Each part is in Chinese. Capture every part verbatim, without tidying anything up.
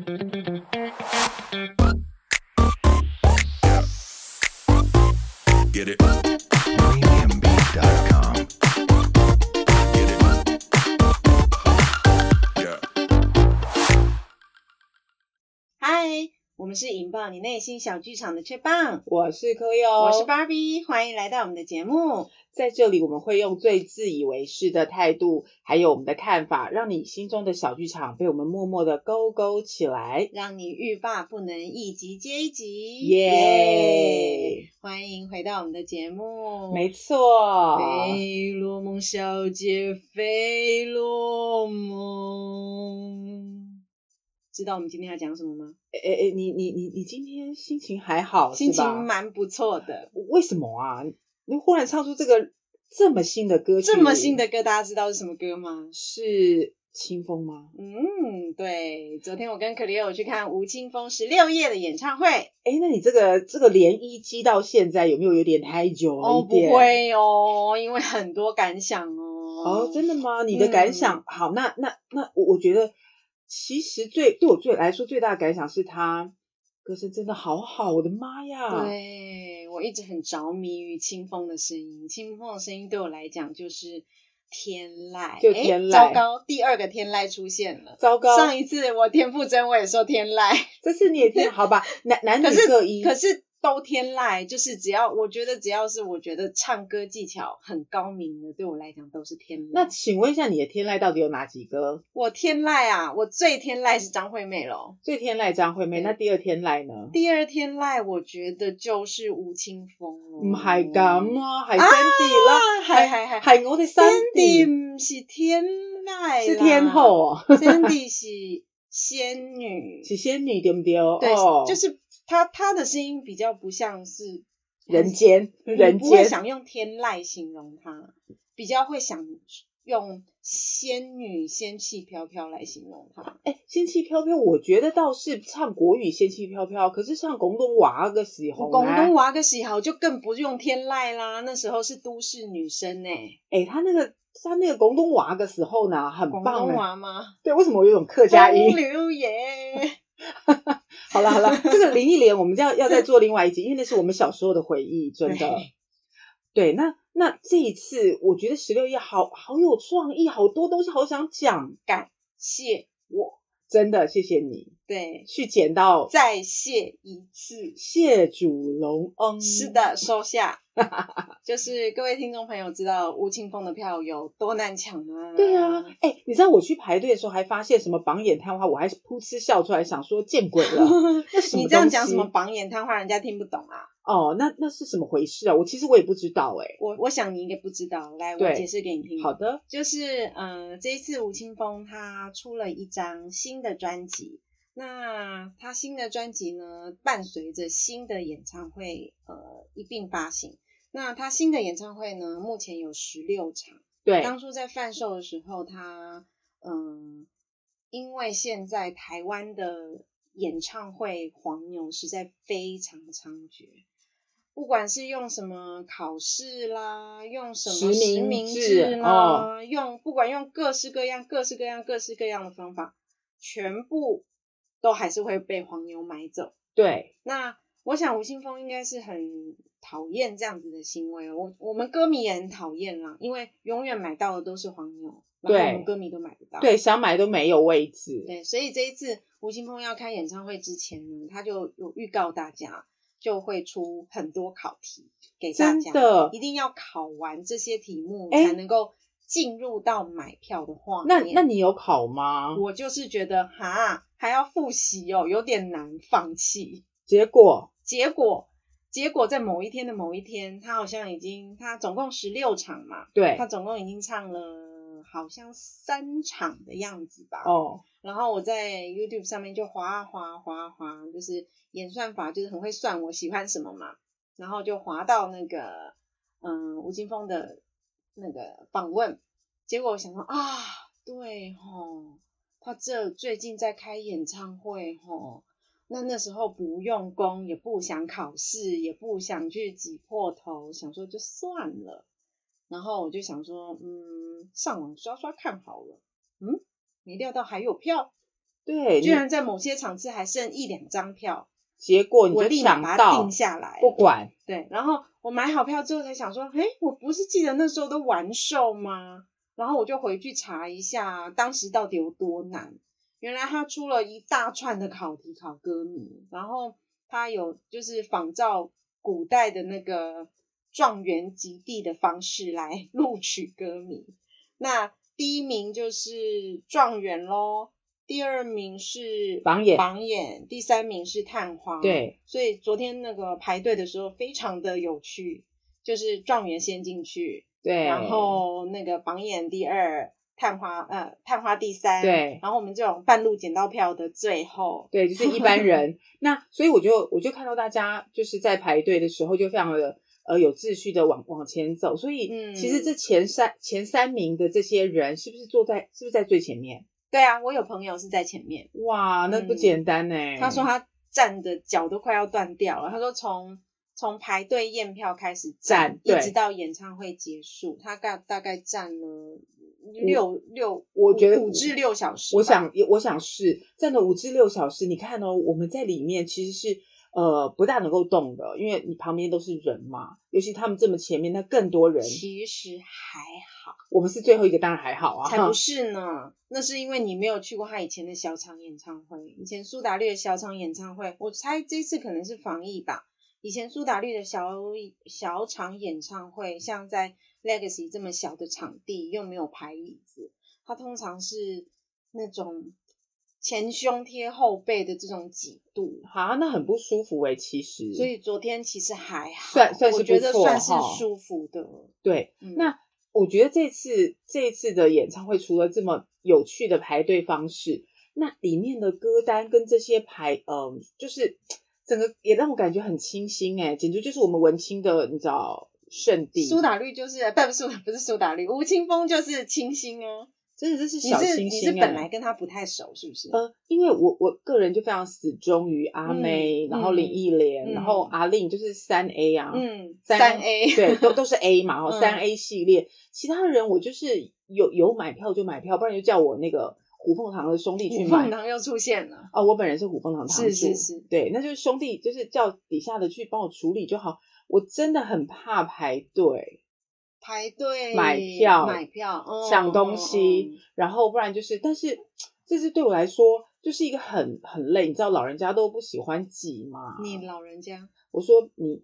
Get it. premium beat dot com. Get it. Yeah. 嗨，我们是引爆你内心小剧场的雀棒， 我是柯优， 我是 Barbie， 欢迎来到我们的节目。 在这里我们会用最自以为是的态度，还有我们的看法，让你心中的小剧场被我们默默的勾勾起来， 让你欲罢不能，一集接一集。 耶、 耶欢迎回到我们的节目。 没错， 费洛蒙小姐，费洛蒙，知道我们今天要讲什么吗？ 诶诶，你你你你今天心情还好心是吧？ 情蛮不错的。 为什么啊？你忽然唱出这个这么新的歌曲， 这么新的歌，大家知道是什么歌吗？ 是清风吗？ 嗯，对，昨天我跟可丽有去看吴青峰十六夜的演唱会。 诶，那你这个这个涟漪积到现在有没有有点太久了哦，不一点？ 会哦，因为很多感想哦。 哦，真的吗？你的感想、 嗯、 好，那那那我我觉得其实最对我最来说最大的感想是他歌声真的好好，我的妈呀！ 对，我一直很着迷于清风的声音，清风的声音对我来讲就是天籁， 就天籁。 糟糕，第二个天籁出现了， 糟糕， 上一次我田馥甄我也说天籁， 这次你也天好吧？男男女各一， 可是都天籁，就是只要我觉得只要是我觉得唱歌技巧很高明的，对我来讲都是天籁。 那请问一下，你的天籁到底有哪几个？ 我天籁啊，我最天籁是张惠妹咯。 最天籁张惠妹，那第二天籁呢？ 第二天籁我觉得就是吳青峰咯。 唔係咁啊，係 Sandy 啦， 係係係係我哋 Sandy Sandy 唔是天籁， 是天后哦 ，Sandy 是仙女， 是仙女对不对？ 对， 哦、 就是她她的声音比较不像是人间，人不会间想用天籁形容她，比較會想用仙女仙氣飄飄來形容她。 哎，仙氣飄飄，我覺得倒是唱國語仙氣飄飄，可是唱廣東話嘅時候呢， 廣東話嘅時候就更不用天籁啦，那時候是都市女生呢。 哎，他那個他那個廣東話嘅時候呢，很棒。 廣東話嗎？ 對，為什麼我有種客家音？ 風流爺。 好了好了，這個林憶蓮我們要要再做另外一集，因為那是我們小時候的回憶，真的。對，那那這一次我覺得十六夜好好有創意，好多東西好想講， 感謝我， 真的謝謝你， 對， 去撿到， 再謝一次， 謝主隆恩， 是的，收下。就是各位聽眾朋友知道吳青峰的票有多難搶嗎？ 對啊，哎、欸，你知道我去排隊的時候還發現什麼榜眼探花，我還噗嗤笑出來，想說見鬼了，那什麼東西？ 你這樣講什麼榜眼探花，人家聽不懂啊。 哦，那那是什麼回事啊？我其實我也不知道哎、欸。 我我想你應該不知道，來我解釋給你聽。 好的， 就是呃這一次吳青峰他出了一張新的專輯，那他新的專輯呢伴隨着新的演唱會呃一併發行。那他新的演唱會呢目前有十六場。 對， 當初在販售的時候他嗯、呃、因為現在台灣的演唱會黃牛實在非常猖獗，不管是用什麼考試啦，用什麼實名制啦、哦、用不管用各式各樣各式各樣各式各樣的方法，全部都還是會被黃牛買走。 對， 那我想吳青峰應該是很討厭這樣子的行為，我我們歌迷也很討厭啦，因為永遠買到的都是黃牛，然後我們歌迷都買不到， 對，想買都沒有位置。 對，所以這一次吳青峰要開演唱會之前呢，他就有預告大家就會出很多考題給大家， 真的一定要考完這些題目才能夠進入到買票的畫面。 那那你有考嗎？ 我就是覺得哈還要複習哦，有點難，放棄。 結果結果結果在某一天的某一天，他好像已經他總共十六場嘛， 對， 他總共已經唱了好像三場的樣子吧。 哦， 然後我在 YouTube 上面就滑啊滑啊滑啊滑，就是演算法就是很會算我喜歡什麼嘛，然後就滑到那個嗯吳青峰的那個訪問，結果我想說啊，對齁，他這最近在開演唱會齁，那那時候不用功，也不想考試，也不想去擠破頭，想說就算了。然後我就想說，嗯，上網刷刷看好了。嗯，沒料到還有票。 对， 居然在某些场次还剩一两张票， 结果你就我立马抢到， 把它定下来， 不管。 对，然后我买好票之后才想说，诶，我不是记得那时候都完售吗？然后我就回去查一下，当时到底有多难。原来他出了一大串的考题考歌迷，然后他有就是仿照古代的那个状元及第的方式来录取歌迷。那第一名就是状元咯，第二名是榜眼榜眼，第三名是探花。 对， 所以昨天那个排队的时候非常的有趣，就是状元先进去， 对， 然后那个榜眼第二，探花呃探花第三， 对， 然后我们这种半路捡到票的最后， 对，就是一般人。那所以我就我就看到大家就是在排队的时候就非常的呃有秩序的往往前走，所以嗯其实这前三前三名的这些人是不是坐在是不是在最前面？ 对啊，我有朋友是在前面， 哇，那不简单呢、 嗯、他说他站的脚都快要断掉了，他说从从排队验票开始站，一直到演唱会结束，他大大概站了六六， 我觉得五至六小时。 我想，我想是站了五至六小时。你看哦，我们在里面其实是呃不大能够动的，因为你旁边都是人嘛，尤其他们这么前面，那更多人。 其实还好， 我们是最后一个，当然还好啊。 才不是呢，那是因为你没有去过他以前的小场演唱会，以前苏打绿的小场演唱会，我猜这次可能是防疫吧。以前苏打绿的小小场演唱会，像在 Legacy 这么小的场地，又没有排椅子，它通常是那种前胸贴后背的这种挤度， 啊，那很不舒服诶、欸、其实。 所以昨天其实还好， 算算是不错， 我觉得算是舒服的。 对、 嗯， 那我觉得这次这一次的演唱会，除了这么有趣的排队方式，那里面的歌单跟这些排，呃，就是整个也让我感觉很清新诶、欸、简直就是我们文青的，你知道圣地。 苏打绿就是不是不是苏打绿，吴青峰就是清新啊。 真的这是小清新、欸、 你是你是本来跟他不太熟是不是？ 呃，因为我我个人就非常死忠于阿妹，嗯、然后林忆莲、嗯，然后阿令就是三 A 啊， 嗯， 三 A 对，都都是 A 嘛，然后三 A 系列，其他人我就是有有买票就买票，不然就叫我那个虎凤堂的兄弟去买。 虎凤堂又出现了哦，我本人是虎凤堂堂主， 是是是， 对，那就是兄弟就是叫底下的去帮我处理就好，我真的很怕排队。 排队买票买票抢、哦、东西、 嗯， 然后不然就是但是这是对我来说就是一个很很累，你知道老人家都不喜欢挤嘛。 你老人家我说你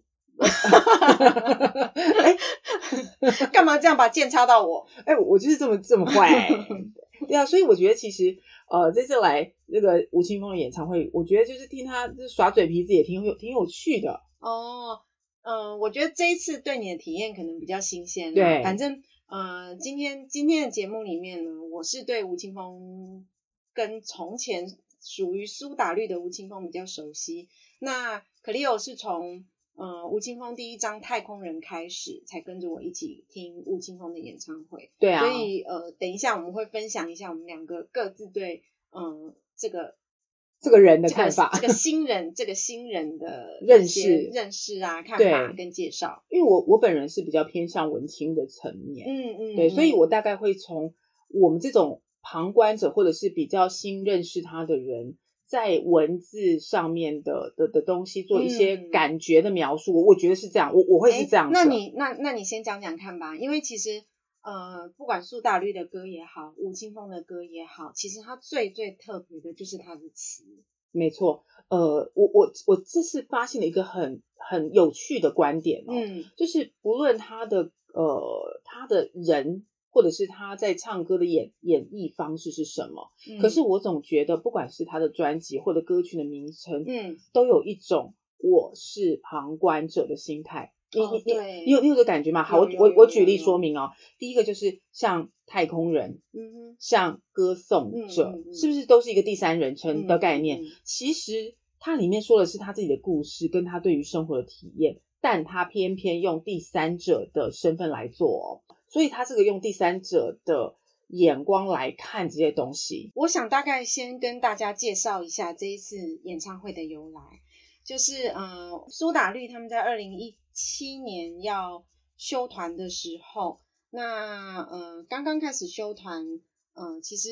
哎，干嘛这样把剑插到我？ 哎，我就是这么这么坏对啊，所以我觉得其实呃这次来这个吴青峰的演唱会，我觉得就是听他耍嘴皮子也挺有挺有趣的哦。嗯，我觉得这一次对你的体验可能比较新鲜。 对， 反正呃，今天今天的节目里面呢，我是对吴青峰跟从前属于苏打绿的吴青峰比较熟悉。那 Cleo 是从呃吴青峰第一张太空人开始，才跟着我一起听吴青峰的演唱会。 对啊， 所以呃，等一下我们会分享一下我们两个各自对嗯、呃、这个。 这个人的看法， 这个、这个新人，这个新人的认识、 认识啊，看法跟介绍。 因为我我本人是比较偏向文青的层面， 嗯嗯， 对，所以我大概会从我们这种旁观者或者是比较新认识他的人，在文字上面的的的东西做一些感觉的描述，嗯、我觉得是这样，我我会是这样子。 那你那那你先讲讲看吧，因为其实。呃，不管苏打绿的歌也好，吴青峰的歌也好，其实它最最特别的就是它的词。 没错，呃，我我我这次发现了一个很很有趣的观点哦， 嗯， 就是不论他的呃他的人或者是他在唱歌的演演绎方式是什么，嗯、可是我总觉得不管是他的专辑或者歌曲的名称， 嗯， 都有一种我是旁观者的心态。你哦、 你你你有你有这感觉吗？好，我我我举例说明哦。第一个就是像太空人， 嗯哼， 像歌颂者， 嗯嗯嗯， 是不是都是一个第三人称的概念？ 嗯嗯嗯， 其实它里面说的是他自己的故事跟他对于生活的体验，但他偏偏用第三者的身份来做哦，所以他这个用第三者的眼光来看这些东西。 我想大概先跟大家介绍一下这一次演唱会的由来。就是呃，苏打绿他们在二零一七年要休团的时候，那呃刚刚开始休团，呃其实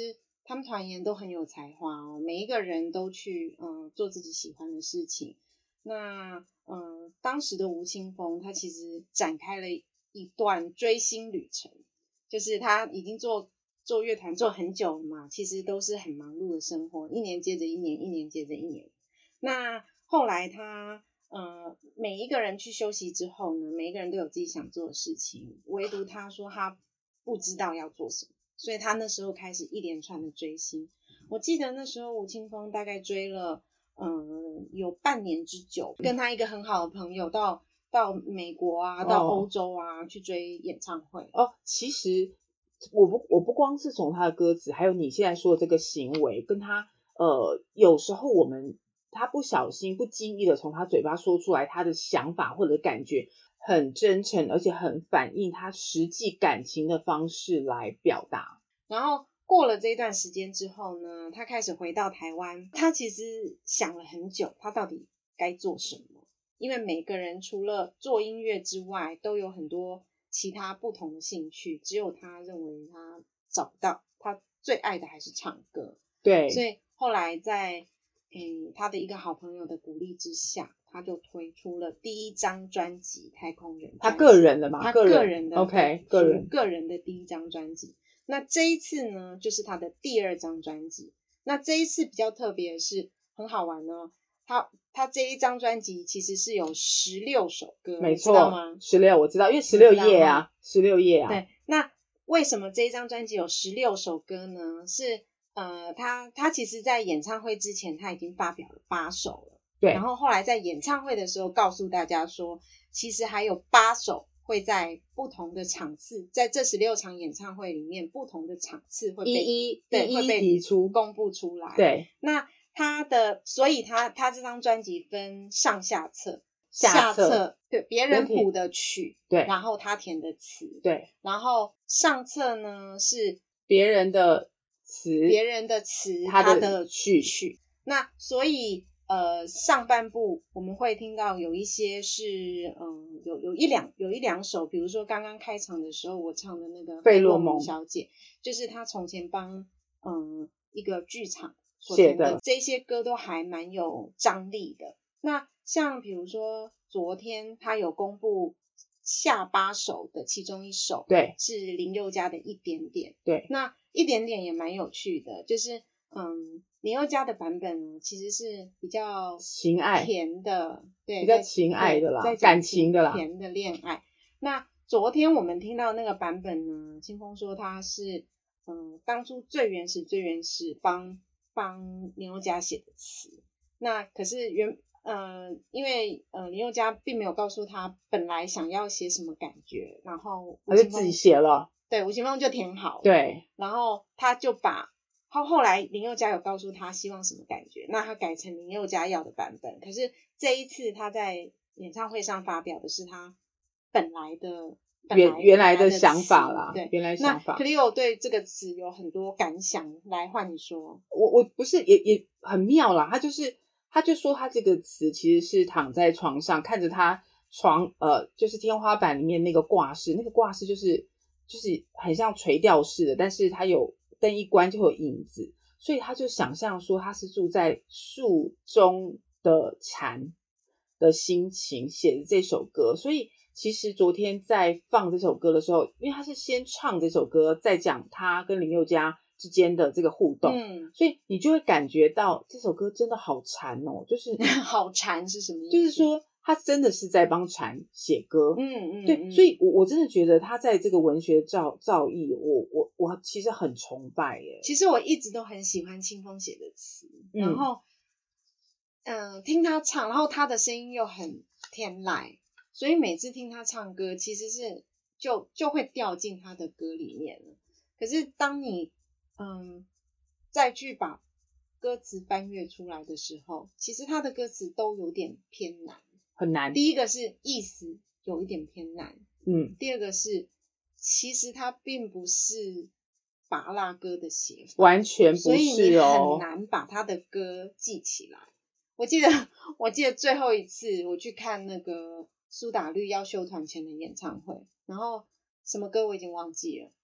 他们团员都很有才华哦，每一个人都去嗯、呃、做自己喜欢的事情。那嗯、呃、当时的吴青峰他其实展开了一段追星旅程，就是他已经做做乐团做很久了嘛，其实都是很忙碌的生活，一年接着一年，一年接着一年。那后来他呃每一个人去休息之后呢，每一个人都有自己想做的事情，唯独他说他不知道要做什么，所以他那时候开始一连串的追星。我记得那时候吴青峰大概追了嗯有半年之久，跟他一个很好的朋友到到美国啊，到欧洲啊、哦、去追演唱会。 哦，其实我不我不光是从他的歌词，还有你现在说的这个行为，跟他呃有时候我们他不小心不经意的从他嘴巴说出来他的想法或者感觉，很真诚而且很反映他实际感情的方式来表达。 然后过了这一段时间之后呢，他开始回到台湾，他其实想了很久他到底该做什么，因为每个人除了做音乐之外都有很多其他不同的兴趣，只有他认为他找不到，他最爱的还是唱歌。 对， 所以后来在嗯他的一个好朋友的鼓励之下，他就推出了第一张专辑《太空人》。 他个人的嘛， 他个人的 OK 个人个人的第一张专辑。那这一次呢就是他的第二张专辑。那这一次比较特别的是很好玩哦，他他这一张专辑其实是有十六首歌， 没错， 知道吗？ 十六我知道，因为十六页啊，十六页啊。 对，那为什么这一张专辑有十六首歌呢？是呃，他他其实在演唱会之前他已经发表了八首了， 对， 然后后来在演唱会的时候告诉大家说，其实还有八首会在不同的场次，在这十六场演唱会里面，不同的场次会被一一对一一会被提出公布出来。 对， 那他的所以他他这张专辑分上下册， 下册册对别人谱的曲， 对， 然后他填的词， 对， 然后上册呢是别人的词， 别人的词， 他的的曲曲。那所以呃上半部我们会听到有一些是嗯有有一两有一两首，比如说刚刚开场的时候我唱的那个费洛蒙小姐，就是他从前帮嗯一个剧场写的， 这些歌都还蛮有张力的。那像比如说昨天他有公布下八首的其中一首， 对， 是林宥嘉的一点点。 对， 那一点点也蛮有趣的，就是嗯林宥嘉的版本其实是比较情爱甜的，对， 比较情爱的啦， 在感情的啦， 甜的恋爱。那昨天我们听到那个版本呢，清风说他是嗯当初最原始最原始帮帮林宥嘉写的词，那可是原呃因为呃林宥嘉并没有告诉他本来想要写什么感觉，然后他就自己写了， 对，吴青峰就填好了， 对， 然后他就把后后来林宥嘉有告诉他希望什么感觉，那他改成林宥嘉要的版本，可是这一次他在演唱会上发表的是他本来的原原来的想法啦， 对，原来想法。 那 Cleo 对这个词有很多感想，来换你说。 我我不是也也很妙啦，他就是他就说他这个词其实是躺在床上看着他床呃就是天花板里面那个挂饰，那个挂饰就是就是很像垂吊式的，但是他有灯一关就会有影子，所以他就想象说他是住在树中的蝉的心情写的这首歌。所以其实昨天在放这首歌的时候，因为他是先唱这首歌再讲他跟林宥嘉之间的这个互动， 嗯， 所以你就会感觉到这首歌真的好蝉哦，就是好蝉是什么意思？ 就是说他真的是在帮蝉写歌， 嗯嗯， 对， 嗯所以我我真的觉得他在这个文学造造诣，我我我其实很崇拜耶。 其实我一直都很喜欢清风写的词， 嗯、 然后嗯、呃、听他唱，然后他的声音又很天籁，所以每次听他唱歌其实是就就会掉进他的歌里面了。可是当你嗯再去把歌词翻阅出来的时候，其实他的歌词都有点偏难， 很难。 第一个是意思有一点偏难， 嗯， 第二个是其实它并不是芭乐歌的写法， 完全不是哦， 所以你很难把他的歌记起来。我记得我记得最后一次我去看那个苏打绿要休团前的演唱会，然后什么歌我已经忘记了，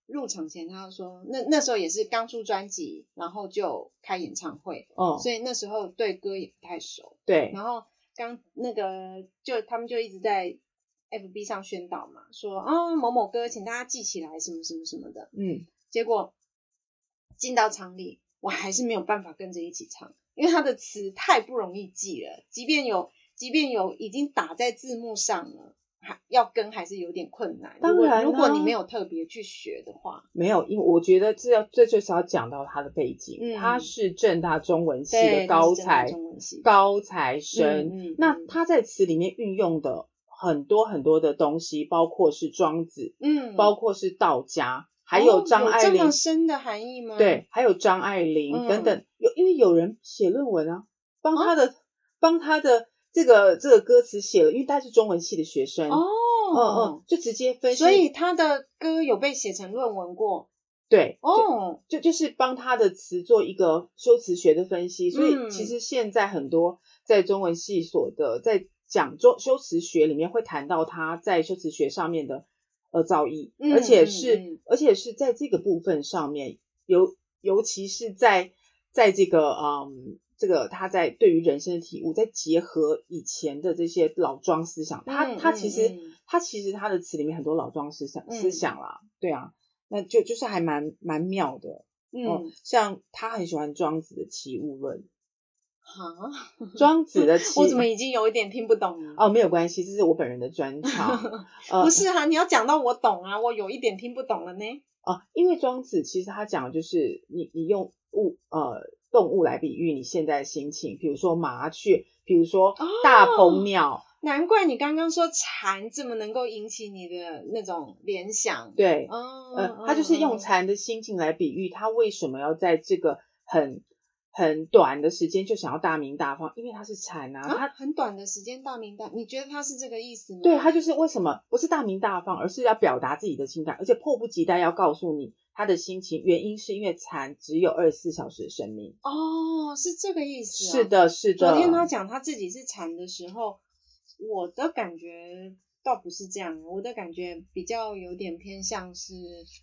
入场前他就说，那那时候也是刚出专辑，然后就开演唱会， 哦， 所以那时候对歌也不太熟。 对， 然后刚那个就他们就一直在 F B 上宣导嘛，说啊、哦、某某歌，请大家记起来什么什么什么的。 嗯， 结果进到场里，我还是没有办法跟着一起唱，因为他的词太不容易记了，即便有即便有已经打在字幕上了，还要跟还是有点困难。 当然、啊、 如果如果你没有特别去学的话， 没有，因为我觉得这要这就是要讲到他的背景，嗯、他是政大中文系的高材高材生，嗯嗯、那他在词里面运用的很多很多的东西，包括是庄子，嗯，包括是道家。还有张爱玲、 哦、有这么深的含义吗？ 对，还有张爱玲、嗯、等等，有因为有人写论文啊，帮他的、哦、帮他的这个这个歌词写了，因为他是中文系的学生哦，嗯嗯，就直接分析， 所以他的歌有被写成论文过， 对，哦，就就就是帮他的词做一个修辞学的分析，所以其实现在很多在中文系所的在讲中修辞学里面会谈到他在修辞学上面的。呃，造诣， 嗯、 而且是、 嗯嗯， 而且是在这个部分上面，尤尤其是在在这个嗯，这个他在对于人生的体悟，在结合以前的这些老庄思想，他、 嗯、 他其实、 嗯、 他其实他的词里面很多老庄思想、 嗯、 思想啦，对啊，那就就是还蛮蛮妙的，嗯、呃，像他很喜欢庄子的齐物论。 哈， 庄子的齐， 我怎么已经有一点听不懂了？ 哦，没有关系，这是我本人的专长。呃、 不是啊，你要讲到我懂啊，我有一点听不懂了呢。 哦，因为庄子其实他讲的就是你你用物呃动物来比喻你现在的心情，比如说麻雀，比如说大鹏鸟。哦， 难怪你刚刚说蝉这么能够引起你的那种联想。 对， 哦， 呃，他就是用蝉的心境来比喻他为什么要在这个很。很短的时间就想要大名大放，因为他是蝉啊，他、 啊、很短的时间大名大，你觉得他是这个意思吗？ 对，他就是为什么不是大名大放，而是要表达自己的情感，而且迫不及待要告诉你他的心情，原因是因为蝉只有二十四小时的生命。 哦，是这个意思、啊。 是的，是的。 昨天他讲他自己是蝉的时候，我的感觉倒不是这样，我的感觉比较有点偏向是，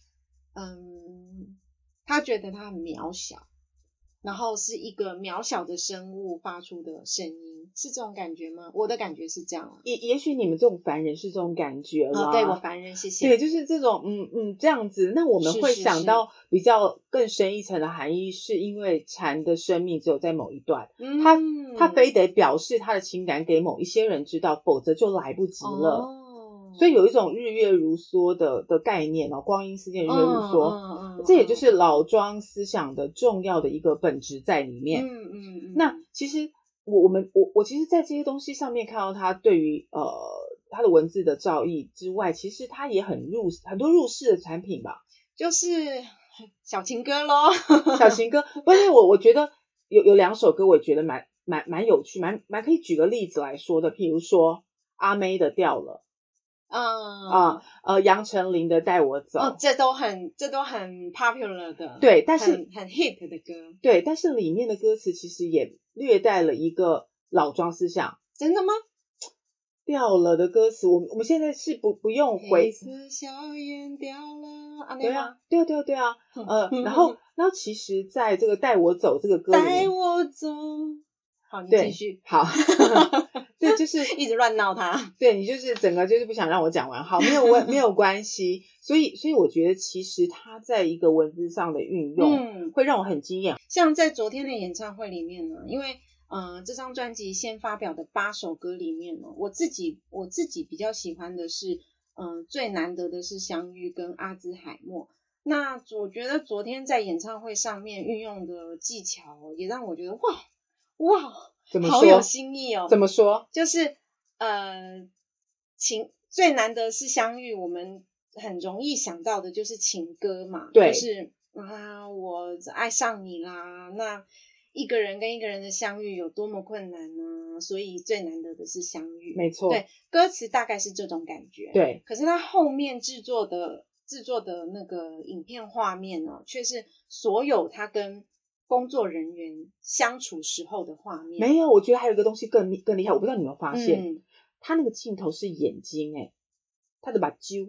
嗯，他觉得他很渺小。然后是一个渺小的生物发出的声音，是这种感觉吗？我的感觉是这样、啊。 也也许你们这种凡人是这种感觉啦。 哦，对，我凡人，谢谢。 对，就是这种，嗯嗯，这样子。那我们会想到比较更深一层的含义，是因为蝉的生命只有在某一段，嗯、他他非得表示他的情感给某一些人知道，否则就来不及了。哦。所以有一种日月如梭的的概念哦，光阴似箭，日月如梭，嗯嗯嗯、这也就是老庄思想的重要的一个本质在里面。嗯嗯嗯。那其实我我们我我其实，在这些东西上面看到他对于呃他的文字的造诣之外，其实他也很入很多入世的产品吧， 就是小情歌咯。 小情歌，不是我我觉得有有两首歌，我也觉得蛮蛮蛮有趣，蛮蛮可以举个例子来说的，譬如说阿妹的掉了。 嗯啊呃，杨丞琳的带我走， 哦，这都很这都很 popular 的， 对，但是很很 hit 的歌， 对，但是里面的歌词其实也略带了一个老庄思想。 真的吗？ 掉了的歌词，我们我们现在是不不用回。 黑色小眼掉了，啊， 对啊，对啊，对啊，对啊，呃，然后然后其实在这个带我走这个歌里面， 带我走。好，你继续。 好，对，就是一直乱闹他。 对，你就是整个就是不想让我讲完。好，没有关没有关系。所以，所以我觉得其实他在一个文字上的运用，嗯，会让我很惊艳。 像在昨天的演唱会里面呢，因为呃这张专辑先发表的八首歌里面呢，我自己我自己比较喜欢的是，嗯、呃，最难得的是相遇跟阿兹海默。那我觉得昨天在演唱会上面运用的技巧，也让我觉得哇。哇， 怎么说？ 好有新意哦！ 怎么说？ 就是呃，情最难得是相遇，我们很容易想到的就是情歌嘛， 对， 就是啊，我爱上你啦。那一个人跟一个人的相遇有多么困难呢？所以最难得的是相遇， 没错。 对，歌词大概是这种感觉， 对。 可是他后面制作的制作的那个影片画面呢，却是所有他跟工作人员相处时候的画面。 没有，我觉得还有一个东西更更厉害，我不知道你有没有发现， 嗯、 他那个镜头是眼睛，哎，他的把揪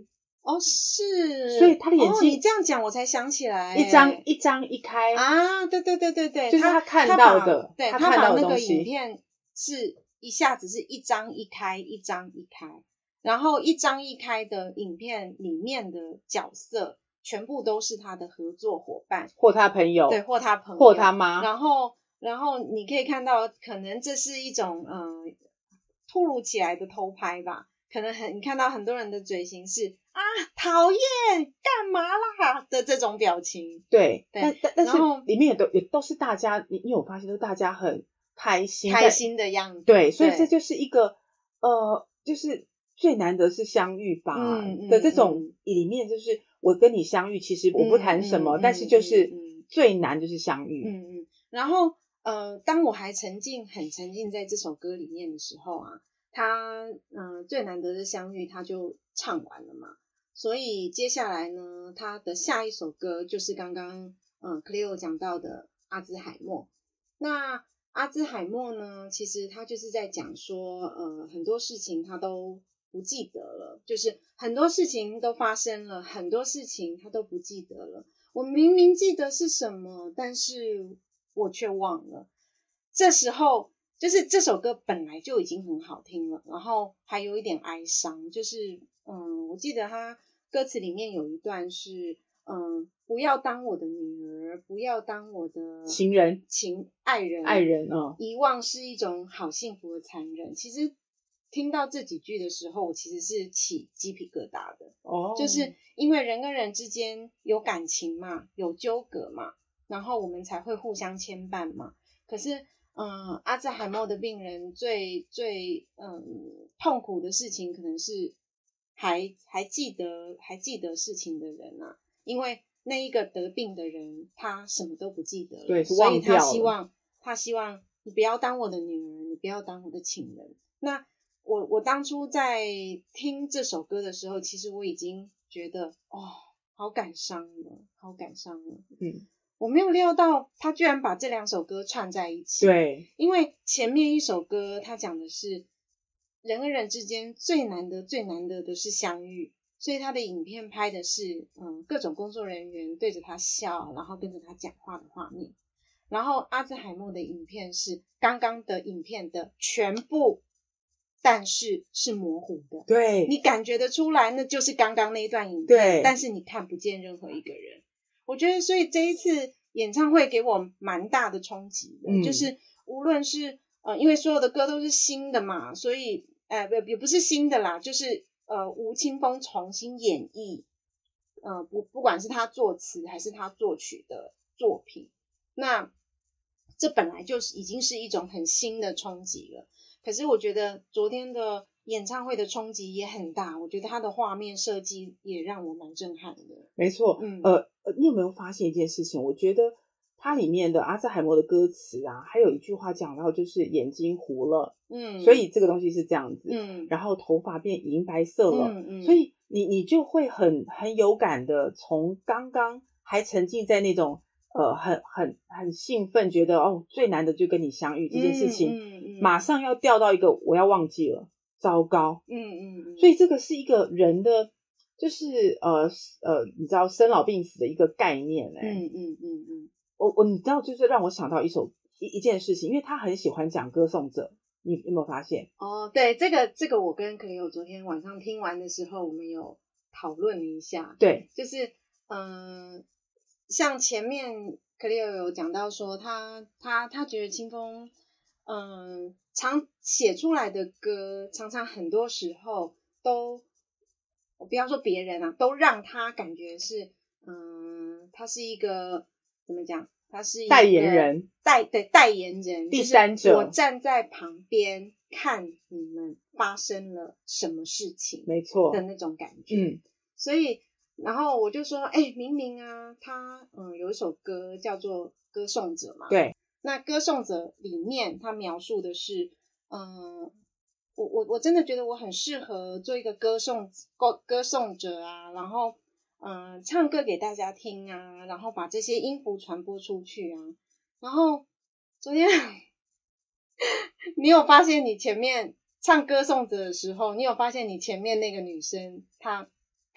哦，是， 所以他的眼睛哦，你这样讲我才想起来， 一张一张一开啊，对对对对对， 就是他他看到的， 对， 他看到他把那个的东西影片是一下子是一张一开，一张一开，然后一张一开的影片里面的角色全部都是他的合作伙伴， 或他朋友， 对，或他朋友， 或他妈， 然后然后你可以看到，可能这是一种嗯、呃、突如其来的偷拍吧。可能很，你看到很多人的嘴型是啊，讨厌，干嘛啦的这种表情。 对， 对但但但是然后里面也都也都是大家，你你有发现，都是大家很开心， 开心的样子。 对，所以对这就是一个呃，就是最难得是相遇吧、 嗯嗯的这种嗯里面，就是我跟你相遇，其实我不谈什么， 嗯嗯但是就是嗯嗯最难就是相遇。 嗯嗯，然后呃，当我还沉浸很沉浸在这首歌里面的时候啊，他嗯、呃、最难得的相遇他就唱完了嘛，所以接下来呢，他的下一首歌就是刚刚嗯 Cleo 讲到的阿兹海默。那阿兹海默呢，其实他就是在讲说呃很多事情他都不记得了，就是很多事情都发生了，很多事情他都不记得了。我明明记得是什么，但是我却忘了。这时候就是这首歌本来就已经很好听了，然后还有一点哀伤，就是嗯，我记得他歌词里面有一段是嗯，不要当我的女儿，不要当我的情人情爱人， 爱人啊、嗯， 遗忘是一种好幸福的残忍。其实听到这几句的时候，我其实是起鸡皮疙瘩的。 哦， 就是因为人跟人之间有感情嘛，有纠葛嘛，然后我们才会互相牵绊嘛。可是，嗯，阿兹海默的病人最最嗯痛苦的事情，可能是还还记得还记得事情的人啊，因为那一个得病的人，他什么都不记得了， 对， 所以他忘掉了希望他希望你不要当我的女儿，你不要当我的情人。那我我当初在听这首歌的时候，其实我已经觉得哦，好感伤了，好感伤了。 嗯， 我没有料到他居然把这两首歌串在一起。 对， 因为前面一首歌他讲的是人跟人之间最难得最难得的是相遇，所以他的影片拍的是嗯各种工作人员对着他笑，然后跟着他讲话的画面。然后阿兹海默的影片是刚刚的影片的全部，但是是模糊的， 对， 你感觉得出来那就是刚刚那一段影片， 对， 但是你看不见任何一个人。我觉得所以这一次演唱会给我蛮大的冲击的、 嗯、 就是无论是呃因为所有的歌都是新的嘛，所以呃也不是新的啦，就是呃吴青峰重新演绎呃不不管是他作词还是他作曲的作品，那这本来就是已经是一种很新的冲击了。可是我觉得昨天的演唱会的冲击也很大，我觉得它的画面设计也让我蛮震撼的。 没错， 嗯， 呃，你有没有发现一件事情？我觉得它里面的阿兹海默的歌词啊，还有一句话讲到就是眼睛糊了， 嗯， 所以这个东西是这样子， 嗯， 然后头发变银白色了， 嗯嗯， 所以你你就会很很有感的，从刚刚还沉浸在那种呃很很很兴奋，觉得哦最难的就跟你相遇这件事情， 嗯嗯嗯、 马上要掉到一个我要忘记了，糟糕， 嗯嗯嗯， 所以这个是一个人的。就是呃呃，你知道生老病死的一个概念哎、欸， 嗯嗯嗯嗯， 我我你知道就是让我想到一首一一件事情，因为他很喜欢讲歌颂者，你有没有发现？ 哦，对，这个这个我跟Cleo昨天晚上听完的时候，我们有讨论了一下， 对， 就是嗯、呃，像前面Cleo有讲到说他他他觉得青峰嗯、呃、常写出来的歌，常常很多时候都。我不要说别人啊，都让他感觉是，嗯，他是一个怎么讲？他是一个代言人， 代对代言人， 第三者。 我站在旁边看你们发生了什么事情， 没错的那种感觉。 嗯， 所以，然后我就说，哎、欸，明明啊，他嗯有一首歌叫做《歌颂者》嘛， 对， 那《歌颂者》里面他描述的是，嗯。我我我真的觉得我很适合做一个歌颂歌歌颂者啊，然后嗯、呃、唱歌给大家听啊，然后把这些音符传播出去啊。然后昨天你有发现你前面唱歌颂者的时候，你有发现你前面那个女生她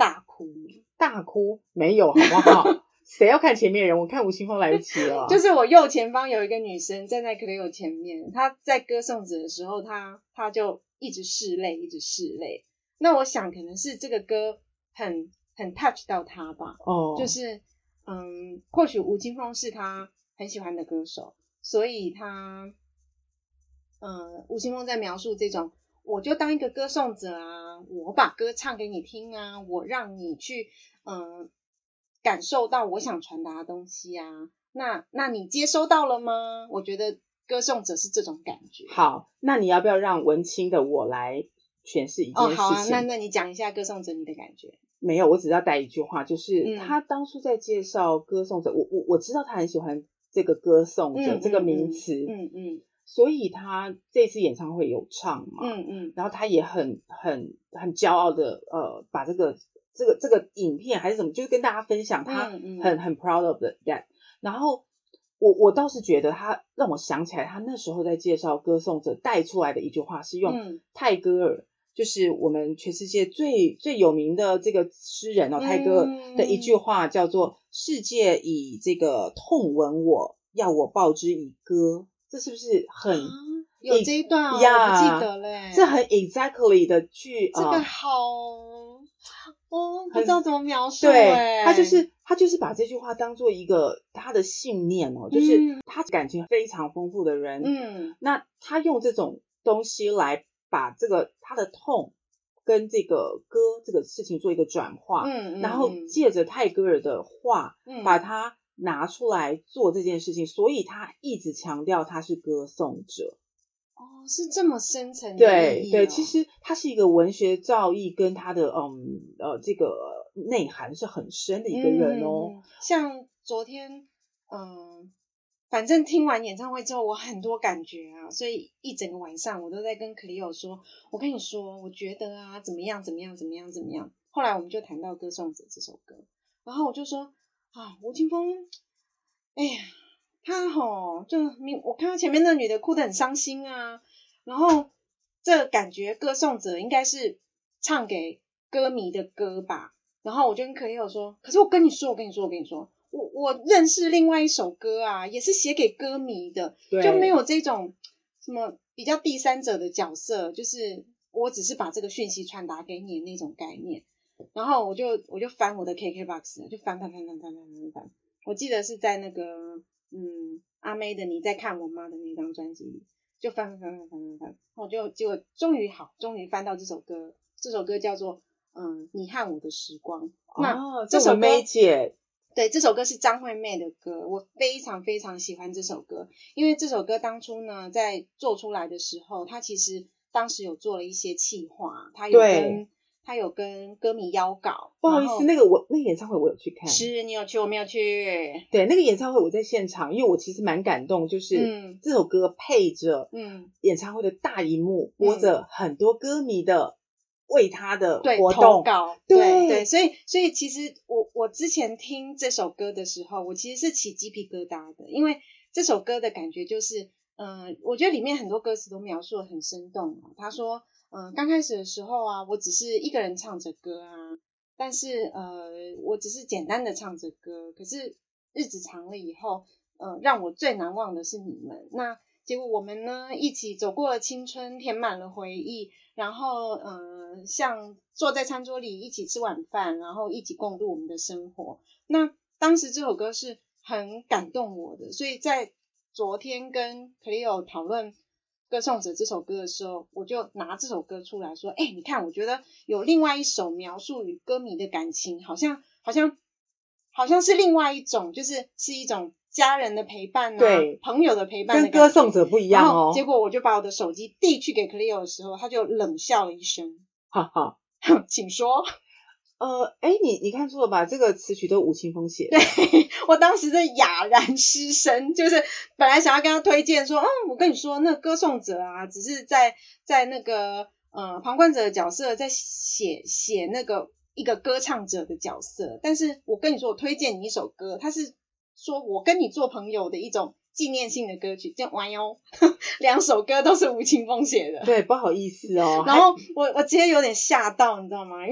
大哭。 大哭没有好不好？谁要看前面人？我看吴青峰来不及了。 就是我右前方有一个女生站在 Cleo 前面，她在歌颂者的时候，她她就一直拭泪，一直拭泪。那我想可能是这个歌很很 touch 到她吧。 哦， 就是嗯，或许吴青峰是她很喜欢的歌手，所以她嗯，吴青峰在描述这种。我就当一个歌颂者啊，我把歌唱给你听啊，我让你去嗯感受到我想传达的东西啊，那那你接收到了吗？我觉得歌颂者是这种感觉。 好，那你要不要让文青的我来诠释一件事情？哦， 好啊，那那你讲一下歌颂者你的感觉。 没有，我只要带一句话，就是、 嗯、 他当初在介绍歌颂者，我我我知道他很喜欢这个歌颂者、 嗯、 这个名词， 嗯 嗯, 嗯， 所以他这次演唱会有唱嘛， 嗯嗯， 然后他也很很很骄傲的呃把这个这个这个影片还是什么，就是跟大家分享他很、嗯嗯、很 proud of that。然后我我倒是觉得他让我想起来，他那时候在介绍歌颂者带出来的一句话是用泰戈尔。嗯，就是我们全世界最最有名的这个诗人哦，泰戈尔的一句话叫做“世界以这个痛吻我，要我报之以歌”，这是不是很、啊、 有这一段哦？我不记得嘞， 这很 exactly 的去这个好，我、呃、不知道怎么描述。 对，他就是他就是把这句话当做一个他的信念哦，就是他感情非常丰富的人，嗯，那他用这种东西来。把这个他的痛跟这个歌这个事情做一个转化，嗯，嗯然后借着泰戈尔的话，嗯，把它拿出来做这件事情，所以他一直强调他是歌颂者。 哦，是这么深层的意义、哦、 对对，其实他是一个文学造诣跟他的嗯呃这个内涵是很深的一个人哦。 嗯、像昨天嗯。反正听完演唱会之后我很多感觉啊，所以一整个晚上我都在跟 Cleo 说，我跟你说我觉得啊怎么样怎么样怎么样怎么样。后来我们就谈到歌颂者这首歌，然后我就说啊吴青峰，哎呀他齁就我看到前面那女的哭得很伤心啊，然后这感觉歌颂者应该是唱给歌迷的歌吧，然后我就跟 Cleo 说，可是我跟你说我跟你说我跟你说我我认识另外一首歌啊，也是写给歌迷的，就没有这种什么比较第三者的角色，就是我只是把这个讯息传达给你的那种概念。然后我就我就翻我的 K K B O X， 就翻翻翻翻翻翻翻翻，我记得是在那个嗯阿妹的你在看我吗的那张专辑里，就翻翻翻翻翻翻翻，然后就结果终于好，终于翻到这首歌，这首歌叫做嗯你和我的时光。那哦，这首梅姐。 对，这首歌是张惠妹的歌，我非常非常喜欢这首歌，因为这首歌当初呢在做出来的时候，他其实当时有做了一些企划，他有跟他有跟歌迷邀稿。 不好意思，那个我那个演唱会我有去看。 是你有去，我没有去。 对，那个演唱会我在现场，因为我其实蛮感动，就是这首歌配着嗯演唱会的大荧幕，播着很多歌迷的。为他的活动， 对对对，所以所以其实我我之前听这首歌的时候，我其实是起鸡皮疙瘩的，因为这首歌的感觉就是，嗯、呃，我觉得里面很多歌词都描述得很生动啊。他说，嗯、呃，刚开始的时候啊，我只是一个人唱着歌啊，但是呃，我只是简单的唱着歌，可是日子长了以后，呃，让我最难忘的是你们。那结果我们呢一起走过了青春，填满了回忆，然后嗯、呃，像坐在餐桌里一起吃晚饭，然后一起共度我们的生活。那当时这首歌是很感动我的，所以在昨天跟 Cleo 讨论歌颂者这首歌的时候，我就拿这首歌出来说，哎、欸，你看我觉得有另外一首描述与歌迷的感情，好像好像好像是另外一种，就是是一种家人的陪伴啊，对，朋友的陪伴的感觉， 跟歌颂者不一样哦。 结果我就把我的手机递去给 Cleo 的时候，他就冷笑了一声， 哈哈， 请说。 呃，哎，你你看错了吧？这个词曲都吴青峰写的。 对，我当时的哑然失声，就是本来想要跟他推荐说，嗯，我跟你说，那歌颂者啊，只是在在那个呃旁观者的角色，在写写那个一个歌唱者的角色，但是我跟你说，我推荐你一首歌，它是说我跟你做朋友的一种纪念性的歌曲，叫玩哟，两首歌都是吴青峰写的。 对，不好意思哦。 然后我我今天有点吓到，你知道吗？因为。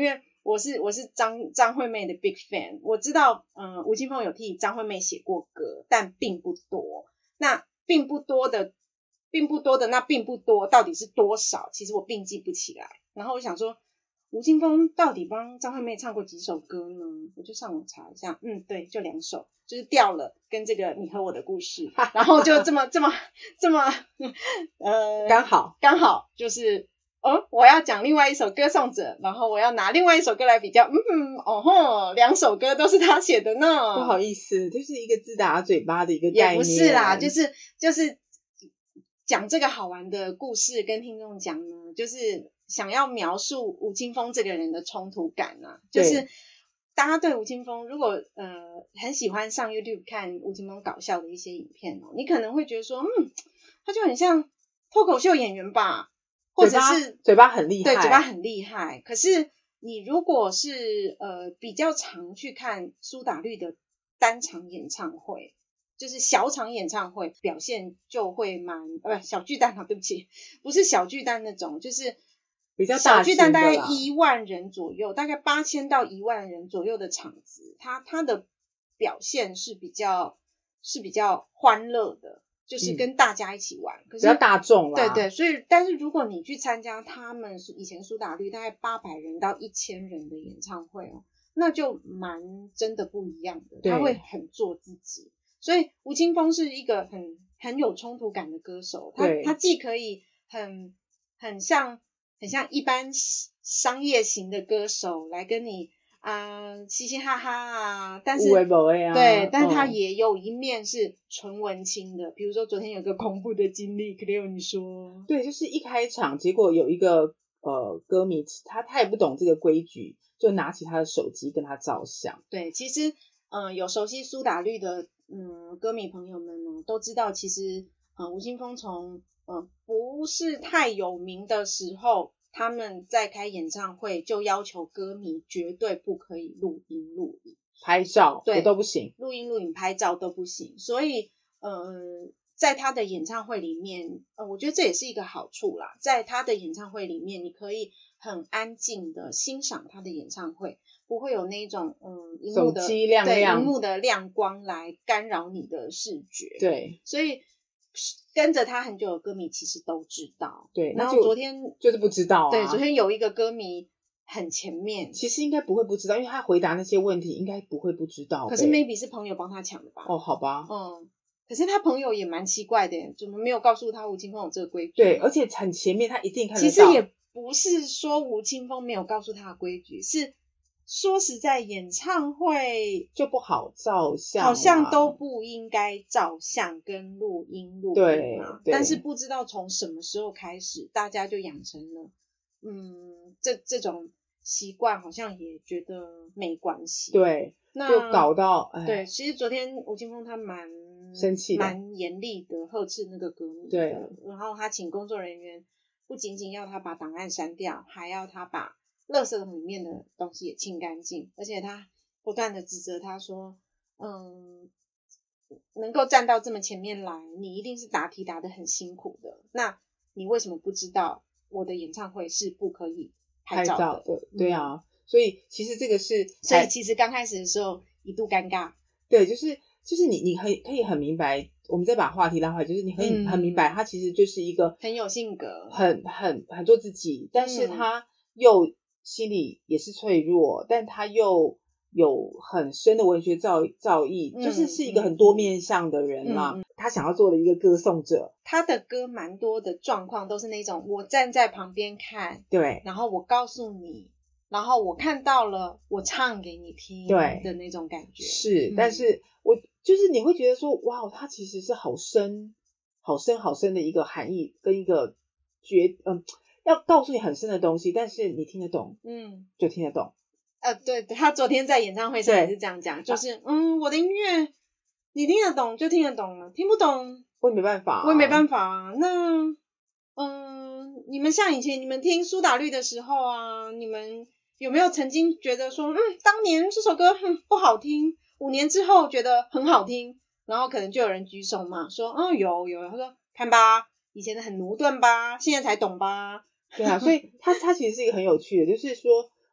我是我是张张惠妹的 big fan， 我知道，嗯，吴青峰有替张惠妹写过歌，但并不多。那并不多的，并不多的，那并不多，到底是多少？其实我并记不起来。然后我想说，吴青峰到底帮张惠妹唱过几首歌呢？我就上网查一下，嗯，对，就两首，就是掉了跟这个你和我的故事，然后就这么这么这么，呃， 刚好刚好就是。哦，我要讲另外一首歌颂者，然后我要拿另外一首歌来比较，嗯，哦吼，两首歌都是他写的呢。 不好意思，就是一个自打嘴巴的一个概念。 也不是啦，就是就是讲这个好玩的故事跟听众讲呢，就是想要描述吴青峰这个人的冲突感啊，就是大家对吴青峰如果呃很喜欢上 YouTube 看吴青峰搞笑的一些影片哦，你可能会觉得说，嗯，他就很像脱口秀演员吧。或者是嘴巴很厉害， 对，嘴巴很厉害。可是你如果是呃比较常去看苏打绿的单场演唱会，就是小场演唱会，表现就会蛮呃不小巨蛋啊，对不起，不是小巨蛋那种，就是比较大小巨蛋大概一万人左右，大概八千到一万人左右的场子，它它的表现是比较是比较欢乐的。就是跟大家一起玩，嗯、可是比较大众啦。 对对，所以但是如果你去参加他们以前苏打绿大概八百人到一千人的演唱会哦，那就蛮真的不一样的，他会很做自己。所以吴青峰是一个很很有冲突感的歌手，他他既可以很很像很像一般商业型的歌手来跟你。啊、呃，嘻嘻哈哈啊，但是有的没的啊对，但是他也有一面是纯文青的，比如说昨天有个恐怖的经历 ，Cleo 你说， 对，就是一开场，结果有一个呃歌迷，他他也不懂这个规矩，就拿起他的手机跟他照相。 对，其实嗯、呃，有熟悉苏打绿的嗯歌迷朋友们呢，都知道，其实呃吴青峰从呃不是太有名的时候。他们在开演唱会就要求歌迷绝对不可以录音录影拍照对都不行， 录音录影拍照都不行，所以呃在他的演唱会里面呃我觉得这也是一个好处啦，在他的演唱会里面你可以很安静的欣赏他的演唱会，不会有那种嗯荧幕的手机亮亮对荧幕的亮光来干扰你的视觉， 对， 所以跟着他很久的歌迷其实都知道， 对， 然后昨天就是不知道啊， 对，昨天有一个歌迷很前面， 其实应该不会不知道，因为他回答那些问题应该不会不知道， 可是 maybe 是朋友帮他抢的吧？ 哦，好吧， 嗯，可是他朋友也蛮奇怪的，怎么没有告诉他吴青峰有这个规矩？ 对，而且很前面他一定看得到。 其实也不是说吴青峰没有告诉他的规矩，是说实在演唱会就不好照相， 好像都不应该照相跟录音录影嘛。但是不知道从什么时候开始，大家就养成了嗯这这种习惯，好像也觉得没关系。 对， 那就搞到对，其实昨天吴青峰他蛮生气的， 蛮严厉的呵斥那个歌迷的， 对， 然后他请工作人员不仅仅要他把档案删掉，还要他把垃圾桶里面的东西也清干净，而且他不断的指责他说，嗯，能够站到这么前面来，你一定是答题答得很辛苦的，那你为什么不知道我的演唱会是不可以拍照的？ 拍照的对啊、嗯，所以其实这个是， 所以其实刚开始的时候一度尴尬， 对，就是就是你你可以可以很明白，我们再把话题拉回来，就是你很、嗯、很明白，他其实就是一个很有性格， 很很很做自己，但是他又心里也是脆弱，但他又有很深的文学造造诣、嗯，就是是一个很多面向的人啦、嗯嗯。他想要做的一个歌颂者， 他的歌蛮多的状况都是那种我站在旁边看， 对， 然后我告诉你，然后我看到了，我唱给你听，对的那种感觉。 是，嗯、但是我就是你会觉得说，哇，他其实是好深、好深、好深的一个含义跟一个觉，嗯。要告诉你很深的东西，但是你听得懂，嗯，就听得懂。 呃，对，他昨天在演唱会上也是这样讲，就是嗯，我的音乐你听得懂就听得懂了，听不懂我也没办法、啊， 我也没办法啊。那嗯，你们像以前你们听苏打绿的时候啊，你们有没有曾经觉得说，嗯，当年这首歌嗯不好听，五年之后觉得很好听，然后可能就有人举手嘛，说嗯有有，他说看吧，以前的很驽钝吧，现在才懂吧。 对啊，所以他他其实是一个很有趣的，就是说，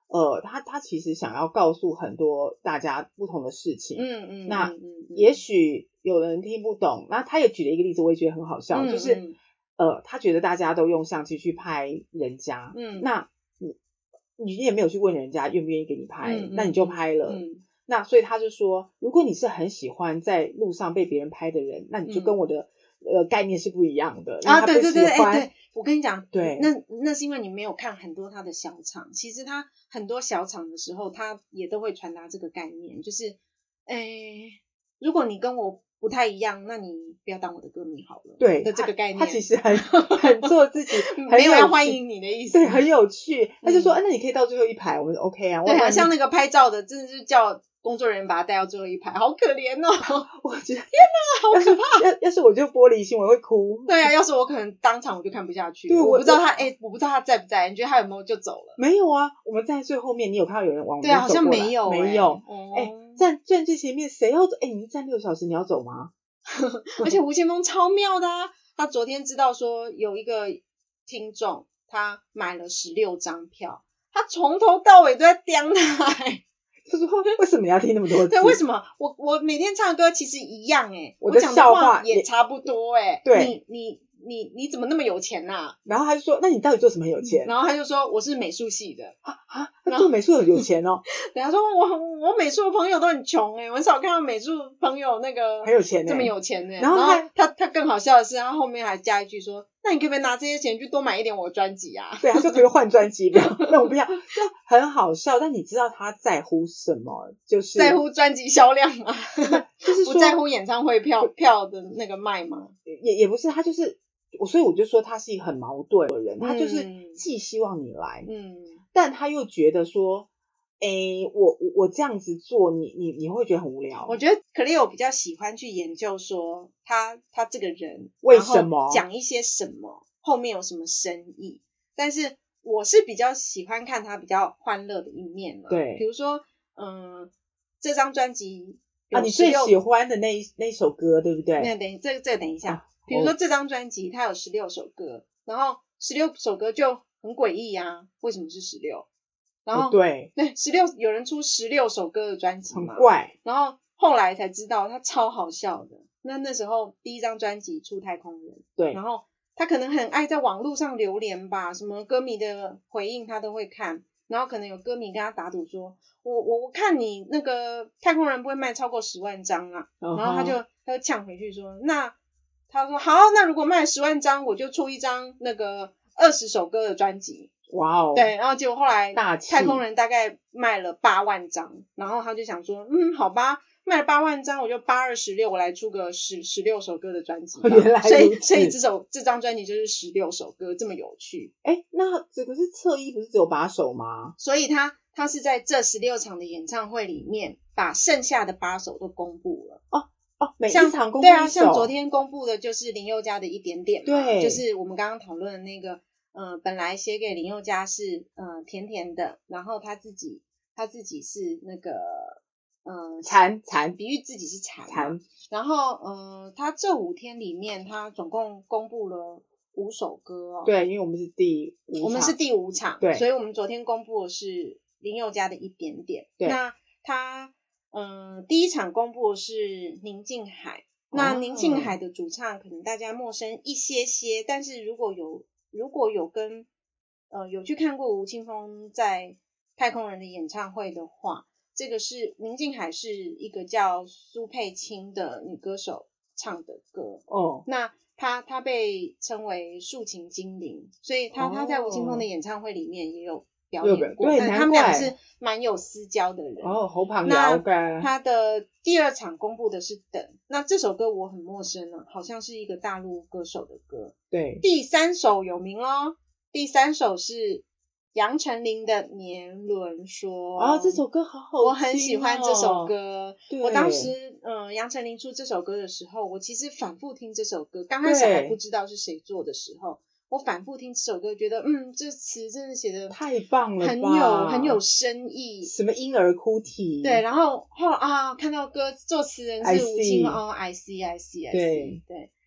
呃，他他其实想要告诉很多大家不同的事情。 嗯嗯， 那嗯嗯也许有人听不懂，那他也举了一个例子，我也觉得很好笑， 嗯就是嗯呃，他觉得大家都用相机去拍人家， 嗯那你你也没有去问人家愿不愿意给你拍， 嗯嗯那你就拍了。 嗯那所以他就说，如果你是很喜欢在路上被别人拍的人，那你就跟我的、呃概念是不一样的。因为啊， 他不对对对， 喜欢哎，对，我跟你讲， 对那那是因为你没有看很多他的小场，其实他很多小场的时候，他也都会传达这个概念，就是，哎，如果你跟我不太一样，那你不要当我的歌迷好了。 对的这个概念， 他，他其实很很做自己， 没有要欢迎。 迎你的意思， 对，很有趣。他就说， 嗯啊，那你可以到最后一排，我们 OK 啊。 对啊， 我像那个拍照的，真的是叫工作人员把他带到最后一排，好可怜哦。 我觉得天哪，好可怕！ 要要是我就玻璃心，我会哭。 对啊，要是我可能当场我就看不下去， 对我我不知道他，哎，我不知道他在不在，你觉得他有没有就走了？ 没有啊，我们在最后面，你有看到有人往我们对啊，好像走过来没有， 没有。哎、 哎， 站站最前面，谁要走？哎、你是站六小时，你要走吗？ 而且吴青峰超妙的啊！他昨天知道说有一个听众他买了十六张票，他从头到尾都在刁他、欸。 他说为什么你要听那么多次？ 对，为什么？我我每天唱歌其实一样哎、欸， 我的讲笑话也差不多哎、欸。 对， 你你你你怎么那么有钱呐、啊？ 然后他就说，那你到底做什么很有钱？ 然后他就说我是美术系的啊啊，他做美术很有钱哦。 对，他说我我美术的朋友都很穷哎、欸，我很少看到美术朋友那个很有钱、欸， 这么有钱哎、欸。 然后他他他更好笑的是，他后面还加一句说，那你可不可以拿这些钱去多买一点我的专辑啊？ 对，他说可不可以换专辑？不要，那我不要，就很好笑。但你知道他在乎什么？就是在乎专辑销量吗？ 就是说不在乎演唱会票票的那个卖吗？ 也也不是，他就是我，所以我就说他是一个很矛盾的人。 嗯、 他就是既希望你来， 嗯， 但他又觉得说，诶，我我我这样子做，你你你会觉得很无聊。 我觉得Cleo比较喜欢去研究说他他这个人为什么讲一些什么，后面有什么深意。但是我是比较喜欢看他比较欢乐的一面了。 对， 比如说，嗯，这张专辑啊，你最喜欢的那一那一首歌，对不对？ 那等这个这个等一下。 啊比如说这张专辑它有十六首歌，然后十六首歌就很诡异啊，为什么是十六？然后、 哦、对对十六有人出十六首歌的专辑嘛， 很怪。 然后后来才知道他超好笑的。那那时候第一张专辑出太空人， 对， 然后他可能很爱在网络上留言吧，什么歌迷的回应他都会看，然后可能有歌迷跟他打赌说，我我我看你那个太空人不会卖超过十万张啊， uh-huh. 然后他就他就呛回去说，那他说好，那如果卖十万张，我就出一张那个二十首歌的专辑。 哇哦， 对，然后结果后来大气太空人大概卖了八万张，然后他就想说，嗯，好吧，卖了八万张，我就八二十六，我来出个十十六首歌的专辑吧。 原来所以如此所以这首这张专辑就是十六首歌，这么有趣。 哎，那这个是侧翼不是只有八首吗？ 所以他他是在这十六场的演唱会里面，把剩下的八首都公布了。 哦哦，每一场公布一首。 对啊，像昨天公布的就是林宥嘉的一点点嘛， 对， 就是我们刚刚讨论的那个。呃，本来写给林宥嘉是呃甜甜的，然后他自己他自己是那个呃蝉蝉， 比喻自己是蝉蝉， 然后呃他这五天里面他总共公布了五首歌哦， 对，因为我们是第五场， 我们是第五场， 对， 所以我们昨天公布的是林宥嘉的一点点， 对， 那他嗯、呃、第一场公布的是宁静海，那宁静海的主唱可能大家陌生一些些，但是如果有如果有跟呃有去看过吴青峰在太空人的演唱会的话，这个是宁静海是一个叫苏佩青的女歌手唱的歌哦。 那她她被称为竖琴精灵，所以她她、哦、在吴青峰的演唱会里面也有表演过， 对， 他们俩是蛮有私交的人。 哦，好朋友嘅。 他的第二场公布的是等，那这首歌我很陌生了，好像是一个大陆歌手的歌。 对， 第三首有名咯，第三首是杨丞琳的《年轮说》。 哦，这首歌好好听、哦， 我很喜欢这首歌。 对， 我当时嗯，杨丞琳出这首歌的时候，我其实反复听这首歌，刚开始还不知道是谁做的时候。我反复听这首歌，觉得嗯，这词真的写的太棒了吧， 很有很有深意， 什么婴儿哭啼， 对，然后后来啊，看到歌作词人是吴青峰，哦 ，I see I see I see， 对对，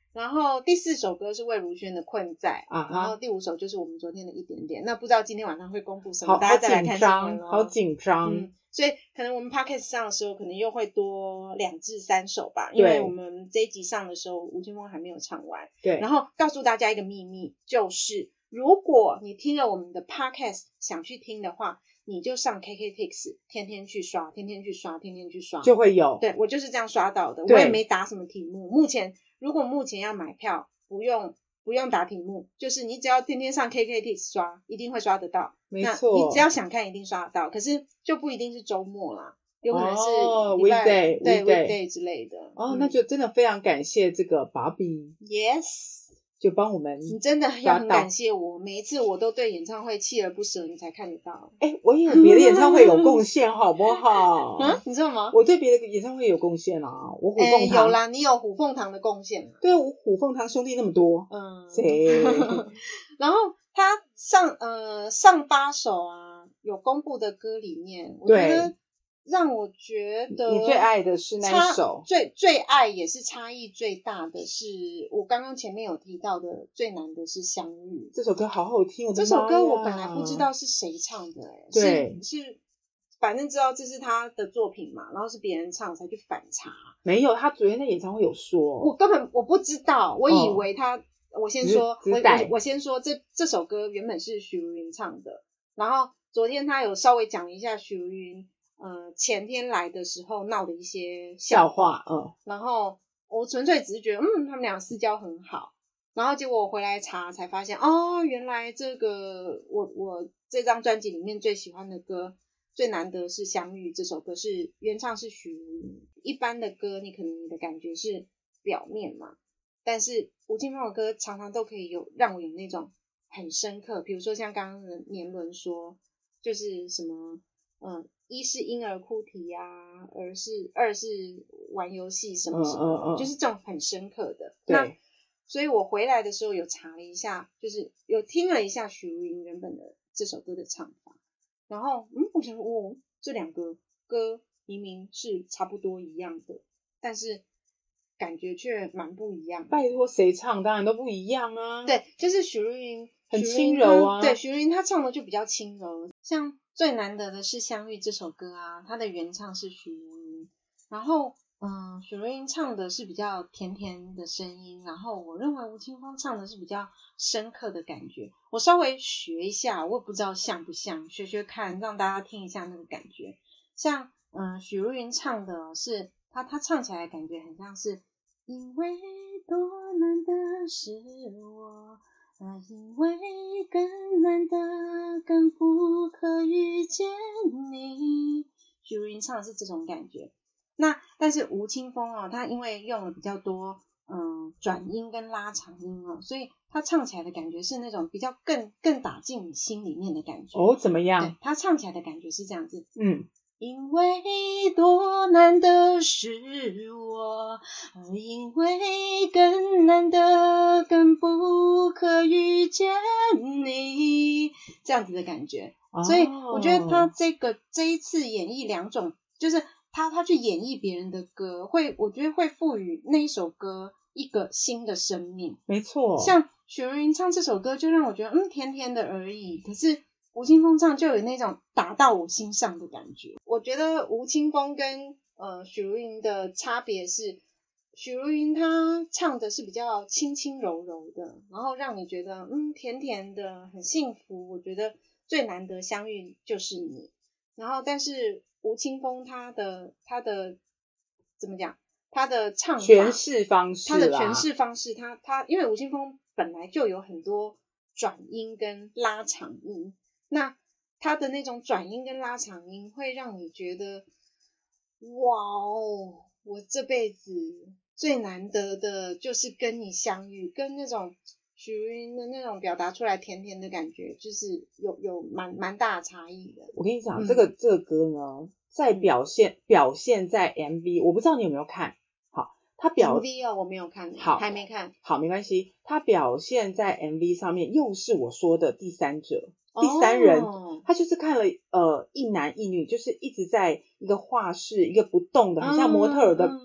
然后第四首歌是魏如萱的《困在》 啊， 然后第五首就是我们昨天的一点点。那不知道今天晚上会公布什么， 好大家再来看新闻咯。好紧张， 嗯，所以可能我们 podcast 上的时候，可能又会多两至三首吧，因为我们这一集上的时候，吴青峰还没有唱完。 对， 然后告诉大家一个秘密，就是如果你听了我们的 podcast 想去听的话，你就上 K K Tix， 天天去刷，天天去刷，天天去刷， 就会有。 对，我就是这样刷到的，我也没打什么题目。目前如果目前要买票，不用不用打题目，就是你只要天天上 K K Tix 刷，一定会刷得到。 没错， 你只要想看，一定刷得到。可是就不一定是周末啦，有可能是哦礼拜、 weekday 对 weekday weekday 之类的。 哦、 嗯， 那就真的非常感谢这个芭比 Yes。 就帮我们， 你真的要很感谢我，每一次我都对演唱会锲而不舍，你才看得到。 哎，我也有别的演唱会有贡献，好不好？ 啊，你知道吗？ 我对别的演唱会有贡献啊，我虎凤堂、 欸、有啦，你有虎凤堂的贡献。 对啊，我虎凤堂兄弟那么多， 嗯， 谁？ 然后他上呃上八首啊，有公布的歌里面，我觉得让我觉得你最爱的是那一首， 最最爱也是差异最大的是我刚刚前面有提到的最难的是相遇。 这首歌好好听，我的这首歌我本来不知道是谁唱的、欸， 对， 是是反正知道这是他的作品嘛，然后是别人唱才去反查。 没有，他昨天的演唱会有说， 我根本我不知道，我以为他，哦、我先说，我我我先说这这首歌原本是许茹芸唱的，然后昨天他有稍微讲一下许茹芸。呃，前天来的时候闹的一些笑话， 嗯， 然后我纯粹只是觉得，嗯，他们俩私交很好，然后结果我回来查才发现，哦，原来这个我我这张专辑里面最喜欢的歌，最难得是相遇这首歌是原唱是许茹芸，一般的歌你可能你的感觉是表面嘛，但是吴青峰的歌常常都可以有让我有那种很深刻，比如说像刚刚的年轮说，就是什么，嗯。一是婴儿哭啼啊，二是二是玩游戏什么什么， 嗯嗯嗯， 就是这种很深刻的。那所以我回来的时候有查了一下，就是有听了一下许茹芸原本的这首歌的唱法，然后嗯，我想说，哦，这两个歌明明是差不多一样的，但是感觉却蛮不一样的。 拜托，谁唱当然都不一样啊。 对，就是许茹芸很轻柔啊。 对，许茹芸她唱的就比较轻柔，像。最难得的是相遇这首歌啊，它的原唱是许茹芸，然后嗯，许茹芸唱的是比较甜甜的声音，然后我认为吴青峰唱的是比较深刻的感觉。我稍微学一下，我也不知道像不像，学学看，让大家听一下那个感觉。像嗯，许茹芸唱的是她她唱起来感觉很像是因为多难得是我。那因为更难得更不可遇见你，许茹芸唱的是这种感觉。那但是吴青峰啊，他因为用了比较多嗯转音跟拉长音哦，所以他唱起来的感觉是那种比较更更打进你心里面的感觉。 哦，怎么样？ 对，他唱起来的感觉是这样子。 嗯。 因为多难得是我，因为更难得更不可遇见你，这样子的感觉。哦、所以我觉得他这个这一次演绎两种，就是他他去演绎别人的歌，会我觉得会赋予那一首歌一个新的生命。 没错， 像许茹芸唱这首歌，就让我觉得嗯甜甜的而已，可是。吴青峰唱就有那种打到我心上的感觉。我觉得吴青峰跟呃许茹芸的差别是，许茹芸她唱的是比较轻轻柔柔的，然后让你觉得嗯甜甜的很幸福。我觉得最难得相遇就是你。然后但是吴青峰他的他的怎么讲？他的唱法诠释方式， 他的诠释方式，他他因为吴青峰本来就有很多转音跟拉长音。那他的那种转音跟拉长音会让你觉得，哇哦，我这辈子最难得的就是跟你相遇，跟那种许茹芸的那种表达出来甜甜的感觉，就是有有蛮蛮大的差异的。 我跟你讲，嗯、这个这个歌呢，在表现、嗯、表现在 M V， 我不知道你有没有看。好，他表 M V 哦，我没有看， 好， 还没看。 好，没关系，他表现在 M V 上面，又是我说的第三者。第三人、哦、他就是看了呃一男一女，就是一直在一个画室一个不动的很像模特儿的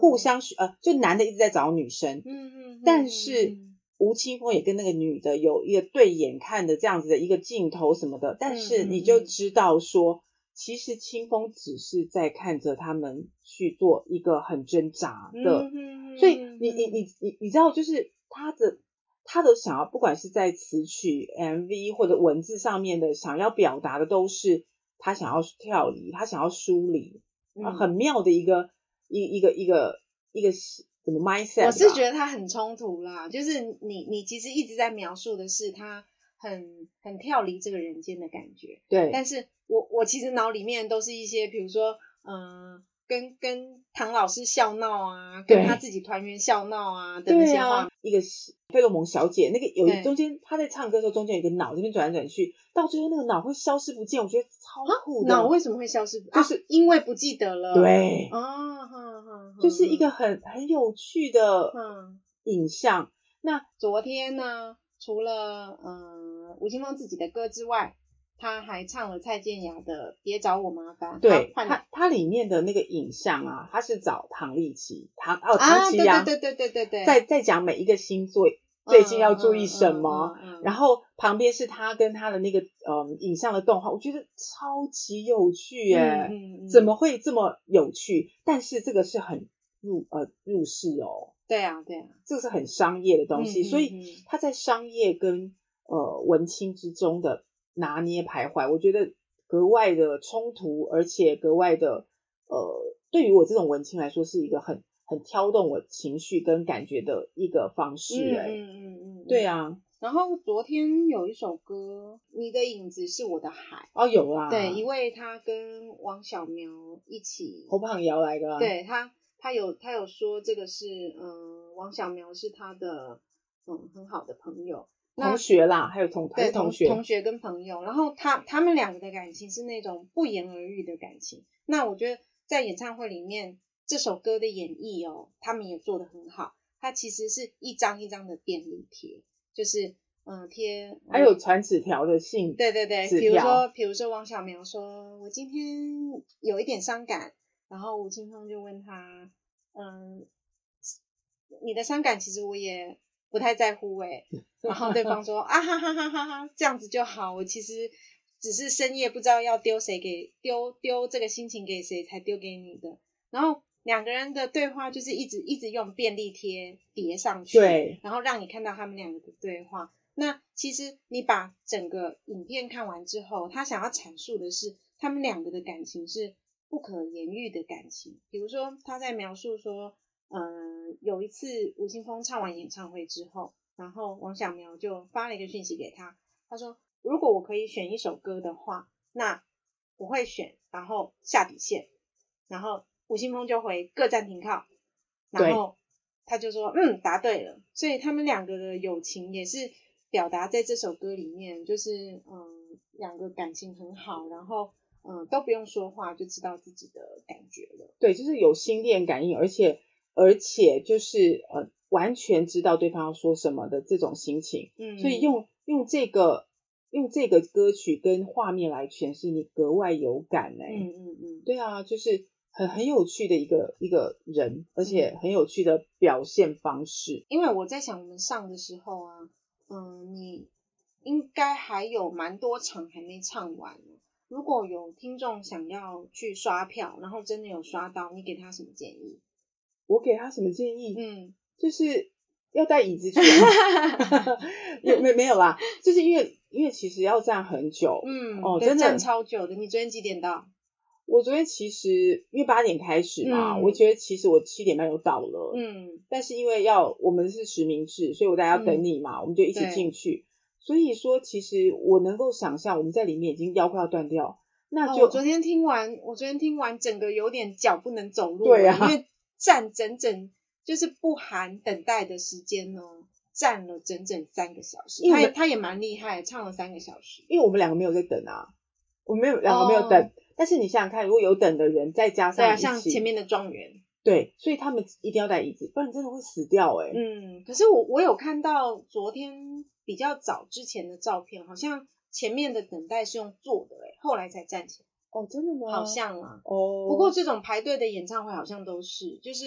互相呃，就男的一直在找女生， 嗯嗯， 但是吴青峰也跟那个女的有一个对眼看的这样子的一个镜头什么的，但是你就知道说，其实青峰只是在看着他们去做一个很挣扎的， 嗯、 所以你你你你你知道，就是他的他的想要，不管是在词曲、M V 或者文字上面的想要表达的，都是他想要跳离，他想要梳理，嗯、很妙的一个一一个一个一个怎么 mindset？ 我是觉得他很冲突啦，就是你你其实一直在描述的是他很很跳离这个人间的感觉， 对， 但是我我其实脑里面都是一些，比如说嗯。呃跟跟唐老师笑闹啊，跟他自己团员笑闹啊的那些画面， 啊、一个费洛蒙小姐，那个有一中间她在唱歌的时候，中间有一个脑这边转来转去，到最后那个脑会消失不见，我觉得超酷的。 脑为什么会消失？ 就是、 啊、因为不记得了。 对， 哦，哼哼就是一个很很有趣的影像。那昨天呢，除了嗯吴青峰自己的歌之外，他还唱了蔡健雅的《别找我麻烦》。 对，他他里面的那个影像啊，他是找唐立淇，唐哦唐綺阳， 对对对对对对， 在在讲每一个星座最近要注意什么，嗯嗯嗯嗯、然后旁边是他跟他的那个嗯影像的动画，我觉得超级有趣耶，嗯嗯嗯、怎么会这么有趣？但是这个是很入呃入世哦， 对啊对啊， 这个是很商业的东西，嗯嗯嗯、所以他在商业跟呃文青之中的拿捏徘徊，我觉得格外的冲突，而且格外的呃，对于我这种文青来说，是一个很很挑动我情绪跟感觉的一个方式、欸。嗯嗯嗯嗯，对啊。 然后昨天有一首歌，你的影子是我的海。 哦，有啊。 对，因为他跟王小苗一起。 侯胖瑶来的、啊。 对他，他有他有说这个是嗯、呃，王小苗是他的嗯很好的朋友。 同学啦，还有同还是同学， 同学跟朋友，然后他他们两个的感情是那种不言而喻的感情。那我觉得在演唱会里面，这首歌的演绎哦，他们也做得很好。它其实是一张一张的便利贴，就是嗯贴， 还有传纸条的信， 对对对，比如说比如说王小苗说，我今天有一点伤感，然后吴青峰就问他，嗯，你的伤感其实我也不太在乎诶、欸，然后对方说啊哈哈哈哈哈，这样子就好，我其实只是深夜不知道要丢谁给丢丢这个心情给谁才丢给你的，然后两个人的对话就是一直一直用便利贴叠上去， 对， 然后让你看到他们两个的对话。那其实你把整个影片看完之后，他想要阐述的是他们两个的感情是不可言喻的感情。比如说他在描述说嗯，有一次吴青峰唱完演唱会之后，然后王小苗就发了一个讯息给他，他说如果我可以选一首歌的话，那我会选然后下底线，然后吴青峰就回各站停靠，然后他就说嗯答对了。所以他们两个的友情也是表达在这首歌里面，就是嗯两个感情很好，然后嗯都不用说话就知道自己的感觉了。 对，就是有心电感应，而且而且就是呃完全知道对方要说什么的这种心情。嗯，所以用用这个用这个歌曲跟画面来诠释，你格外有感哎、欸。嗯嗯嗯，对啊，就是很很有趣的一个一个人，而且很有趣的表现方式。 因为我在想我们上的时候啊，嗯，你应该还有蛮多场还没唱完。如果有听众想要去刷票，然后真的有刷到，你给他什么建议？ 我给他什么建议？ 嗯， 就是要带椅子去。没没没有啦，就是因为因为其实要站很久。嗯，哦，真的站超久的。你昨天几点到？ 我昨天其实因为八点开始嘛、嗯，我觉得其实我七点半就到了。嗯，但是因为要我们是实名制，所以我大家要等你嘛、嗯，我们就一起进去。所以说，其实我能够想象我们在里面已经腰快要断掉。那就、 哦、我昨天听完，我昨天听完整个有点脚不能走路。 对啊， 因为站整整就是不含等待的时间呢，站了整整三个小时。他也他也蛮厉害，唱了三个小时。 因为我们两个没有在等啊，我们没有两个没有等。哦，但是你想想看，如果有等的人再加上一起， 对啊，像前面的状元， 对，所以他们一定要带椅子，不然真的会死掉哎、欸。 嗯，可是我我有看到昨天比较早之前的照片，好像前面的等待是用坐的哎、欸，后来才站起来。 哦，真的吗？ 好像啊。 哦。 不过这种排队的演唱会好像都是，就是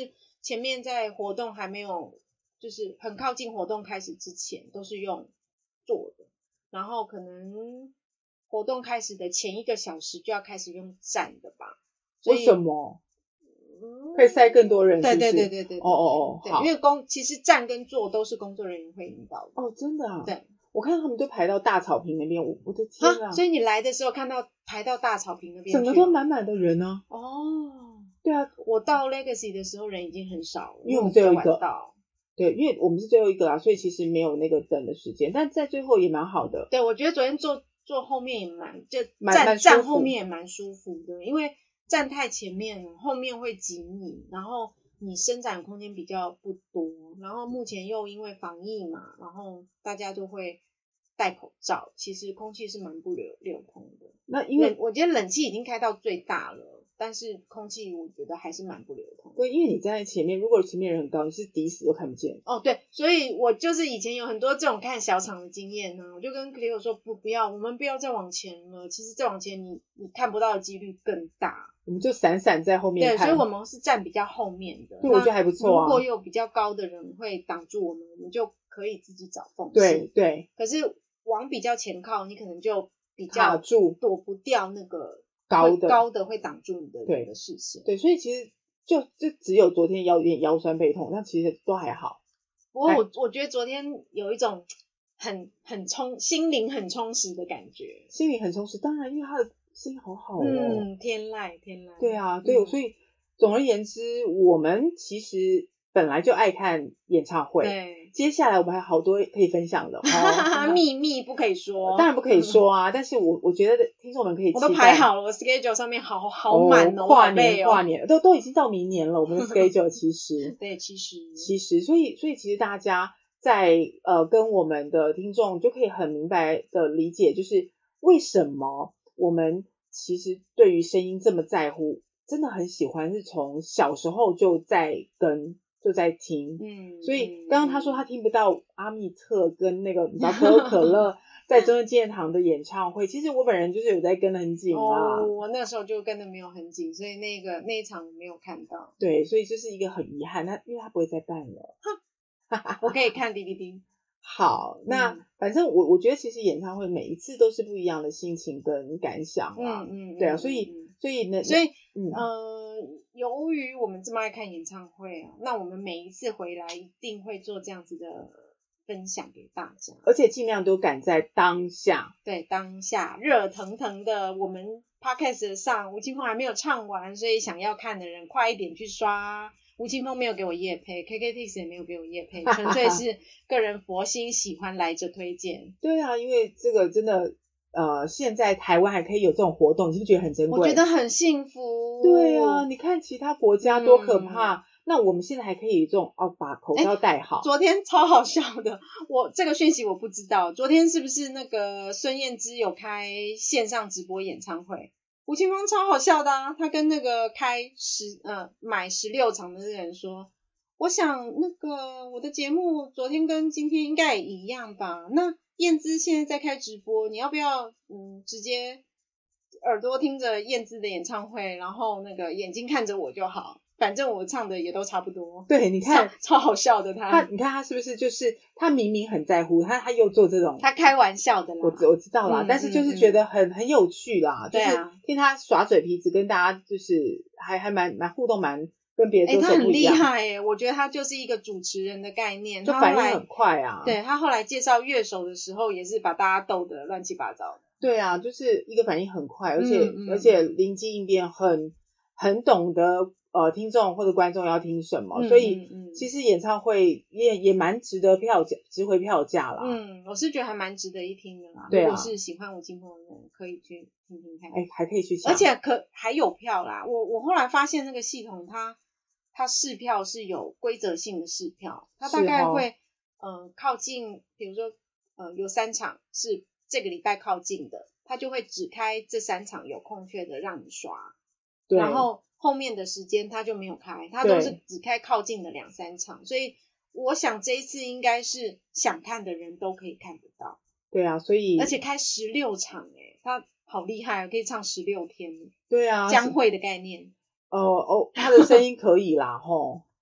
前面在活动还没有，就是很靠近活动开始之前，都是用坐的，然后可能活动开始的前一个小时就要开始用站的吧。 为什么？可以塞更多人是不是？ 对对对对对。 哦哦哦，好。 因为工其实站跟坐都是工作人员会引导的。 哦，真的啊？ 对。 我看他们都排到大草坪那边，我我的天啊！ 所以你来的时候看到排到大草坪那边去， 整个都满满的人呢、 啊。哦， 对啊， 我到 Legacy 的时候人已经很少了， 因为我们最后一个到。 对，因为我们是最后一个啦，所以其实没有那个等的时间，但在最后也蛮好的。 对，我觉得昨天坐坐后面也蛮，就站站后面也蛮舒服的，因为站太前面后面会挤你，然后你伸展空间比较不多，然后目前又因为防疫嘛，然后大家都会戴口罩，其实空气是蛮不流流通的。 那因为我觉得冷气已经开到最大了，但是空气我觉得还是蛮不流通的。 对，因为你站在前面，如果前面人很高，你是抵死都看不见。 哦，对，所以我就是以前有很多这种看小场的经验呢，我就跟 Cleo 说不不要，我们不要再往前了。其实再往前你你看不到的几率更大。 我们就闪闪在后面看。 对，所以我们是站比较后面的。 对，我觉得还不错啊。 如果有比较高的人会挡住我们，我们就可以自己找缝隙。 对对。 可是往比较前靠，你可能就比较卡住， 躲不掉那个高的高的会挡住你的对的视线。 对，所以其实就就只有昨天腰有点腰酸背痛，但其实都还好。 不过我我觉得昨天有一种很很充心灵很充实的感觉， 心灵很充实，当然因为他的声音好好哦， 嗯，天籁天籁。 对啊，对， 嗯、 所以总而言之，我们其实本来就爱看演唱会， 对， 接下来我们还有好多可以分享的， 哦、秘密不可以说， 当然不可以说啊，但是我我觉得听众们可以期待， 我都排好了，我 schedule 上面好好满哦， 哦跨年哦跨年都都已经到明年了，我们的 schedule 其实对，其实其实，所以所以其实大家在呃跟我们的听众就可以很明白的理解，就是为什么我们其实对于声音这么在乎，真的很喜欢，是从小时候就在跟就在听， 嗯， 所以刚刚他说他听不到阿密特跟那个你知道可口可乐在中正纪念堂的演唱会，其实我本人就是有在跟得很紧啊， 哦，我那时候就跟得没有很紧，所以那个那一场我没有看到， 对，所以这是一个很遗憾，那因为他不会再办了， 我可以看 D V D。 好，那、嗯、反正我我觉得其实演唱会每一次都是不一样的心情跟感想啊， 嗯嗯， 对啊，所以所以呢， 所以嗯呃，由于我们这么爱看演唱会啊，那我们每一次回来一定会做这样子的分享给大家， 而且尽量都赶在当下， 对，当下热腾腾的，我们 Podcast 上吴青峰还没有唱完，所以想要看的人快一点去刷。吴青峰没有给我业配 ，K K Tix 也没有给我业配，纯粹是个人佛心喜欢来着推荐。 对啊，因为这个真的，呃，现在台湾还可以有这种活动，你是不是觉得很珍贵？ 我觉得很幸福。 对啊，你看其他国家多可怕，嗯、那我们现在还可以这种哦，把口罩戴好。 昨天超好笑的，我这个讯息我不知道，昨天是不是那个孙燕姿有开线上直播演唱会？吴青峰超好笑的啊，他跟那个开十呃买十六场的那个人说，我想那个我的节目昨天跟今天应该也一样吧，那燕姿现在在开直播，你要不要嗯直接耳朵听着燕姿的演唱会，然后那个眼睛看着我就好，反正我唱的也都差不多。 对，你看超好笑的他， 他你看他是不是就是他明明很在乎，他他又做这种， 他开玩笑的啦， 我我知道啦，嗯、但是就是觉得很、嗯、很有趣啦，就是听他耍嘴皮子，跟大家就是还还蛮蛮互动，蛮跟别的歌手不一样。 欸、他很厉害耶，我觉得他就是一个主持人的概念， 就反应很快啊。 对，他后来介绍乐手的时候，也是把大家逗得乱七八糟的。 对啊，就是一个反应很快，而且、 嗯嗯、 而且灵机应变，很很懂得呃听众或者观众要听什么， 嗯、 所以、 嗯、 其实演唱会也也蛮值得票价，值回票价啦。 嗯，我是觉得还蛮值得一听的啦。 对啊， 如果是喜欢吴青峰的人，可以去听听看。 哎，还可以去抢， 而且可还有票啦。我我后来发现那个系统它它试票是有规则性的试票，它大概会、哦、呃靠近，比如说呃有三场是这个礼拜靠近的，它就会只开这三场有空缺的让你刷， 对， 然后后面的时间它就没有开，它都是只开靠近的两三场，所以我想这一次应该是想看的人都可以看得到。 对啊，所以而且开十六场诶，他好厉害，可以唱十六天。 对啊， 将会的概念。 哦哦，他的声音可以啦，吼。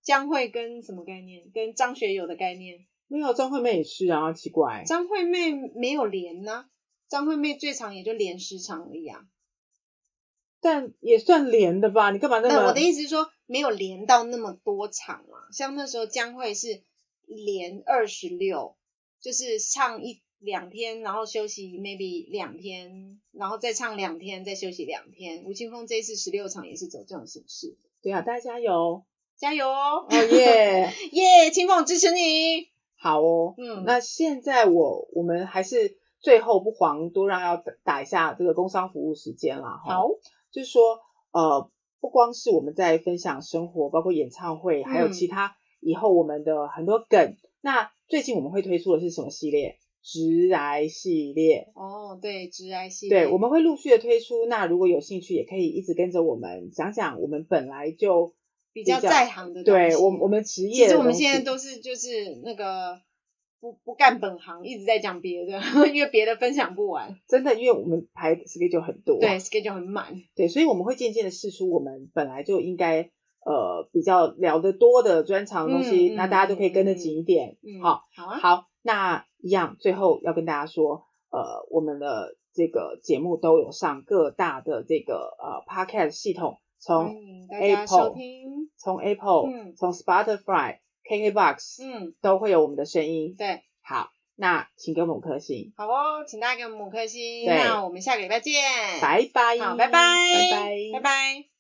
江蕙跟什么概念？跟张学友的概念？ 没有，张惠妹也是啊，奇怪。 张惠妹没有连呢、啊，张惠妹最长也就连十场而已啊。 但也算连的吧？你干嘛那么？ 呃，我的意思是说，没有连到那么多场啊。像那时候江蕙是连二十六，就是唱一两天，然后休息 maybe 两天，然后再唱两天，再休息两天。吴青峰这一次十六场也是走这种形式。 对啊，大家加油， 加油哦！ 哦耶耶，青峰支持你。 好哦， 嗯， 那现在我我们还是最后不遑多让，要打一下这个工商服务时间啦。 好， 就是说呃，不光是我们在分享生活，包括演唱会，还有其他以后我们的很多梗。那最近我们会推出的是什么系列？直癌系列。 哦，对，直癌系列。 对，我们会陆续的推出。那如果有兴趣，也可以一直跟着我们讲讲我们本来就比较在行的东西。 对，我我们职业的东西。 其实我们现在都是就是那个不不干本行，一直在讲别的，因为别的分享不完。 真的，因为我们排 schedule 很多。 对 ，schedule 很满。 对，所以我们会渐渐的释出我们本来就应该呃比较聊得多的专长的东西，嗯、那大家都可以跟得紧一点。 嗯， 好， 好啊。 好，那一样，最后要跟大家说，呃，我们的这个节目都有上各大的这个呃 podcast 系统。从 Apple， 从 Apple， 嗯，从 Spotify、K K Box， 嗯，都会有我们的声音。 对， 好，那请给我们五颗星。 好哦，请大家给我们五颗星。那我们下个礼拜见。 拜拜。 好，拜拜， 拜拜， 拜拜。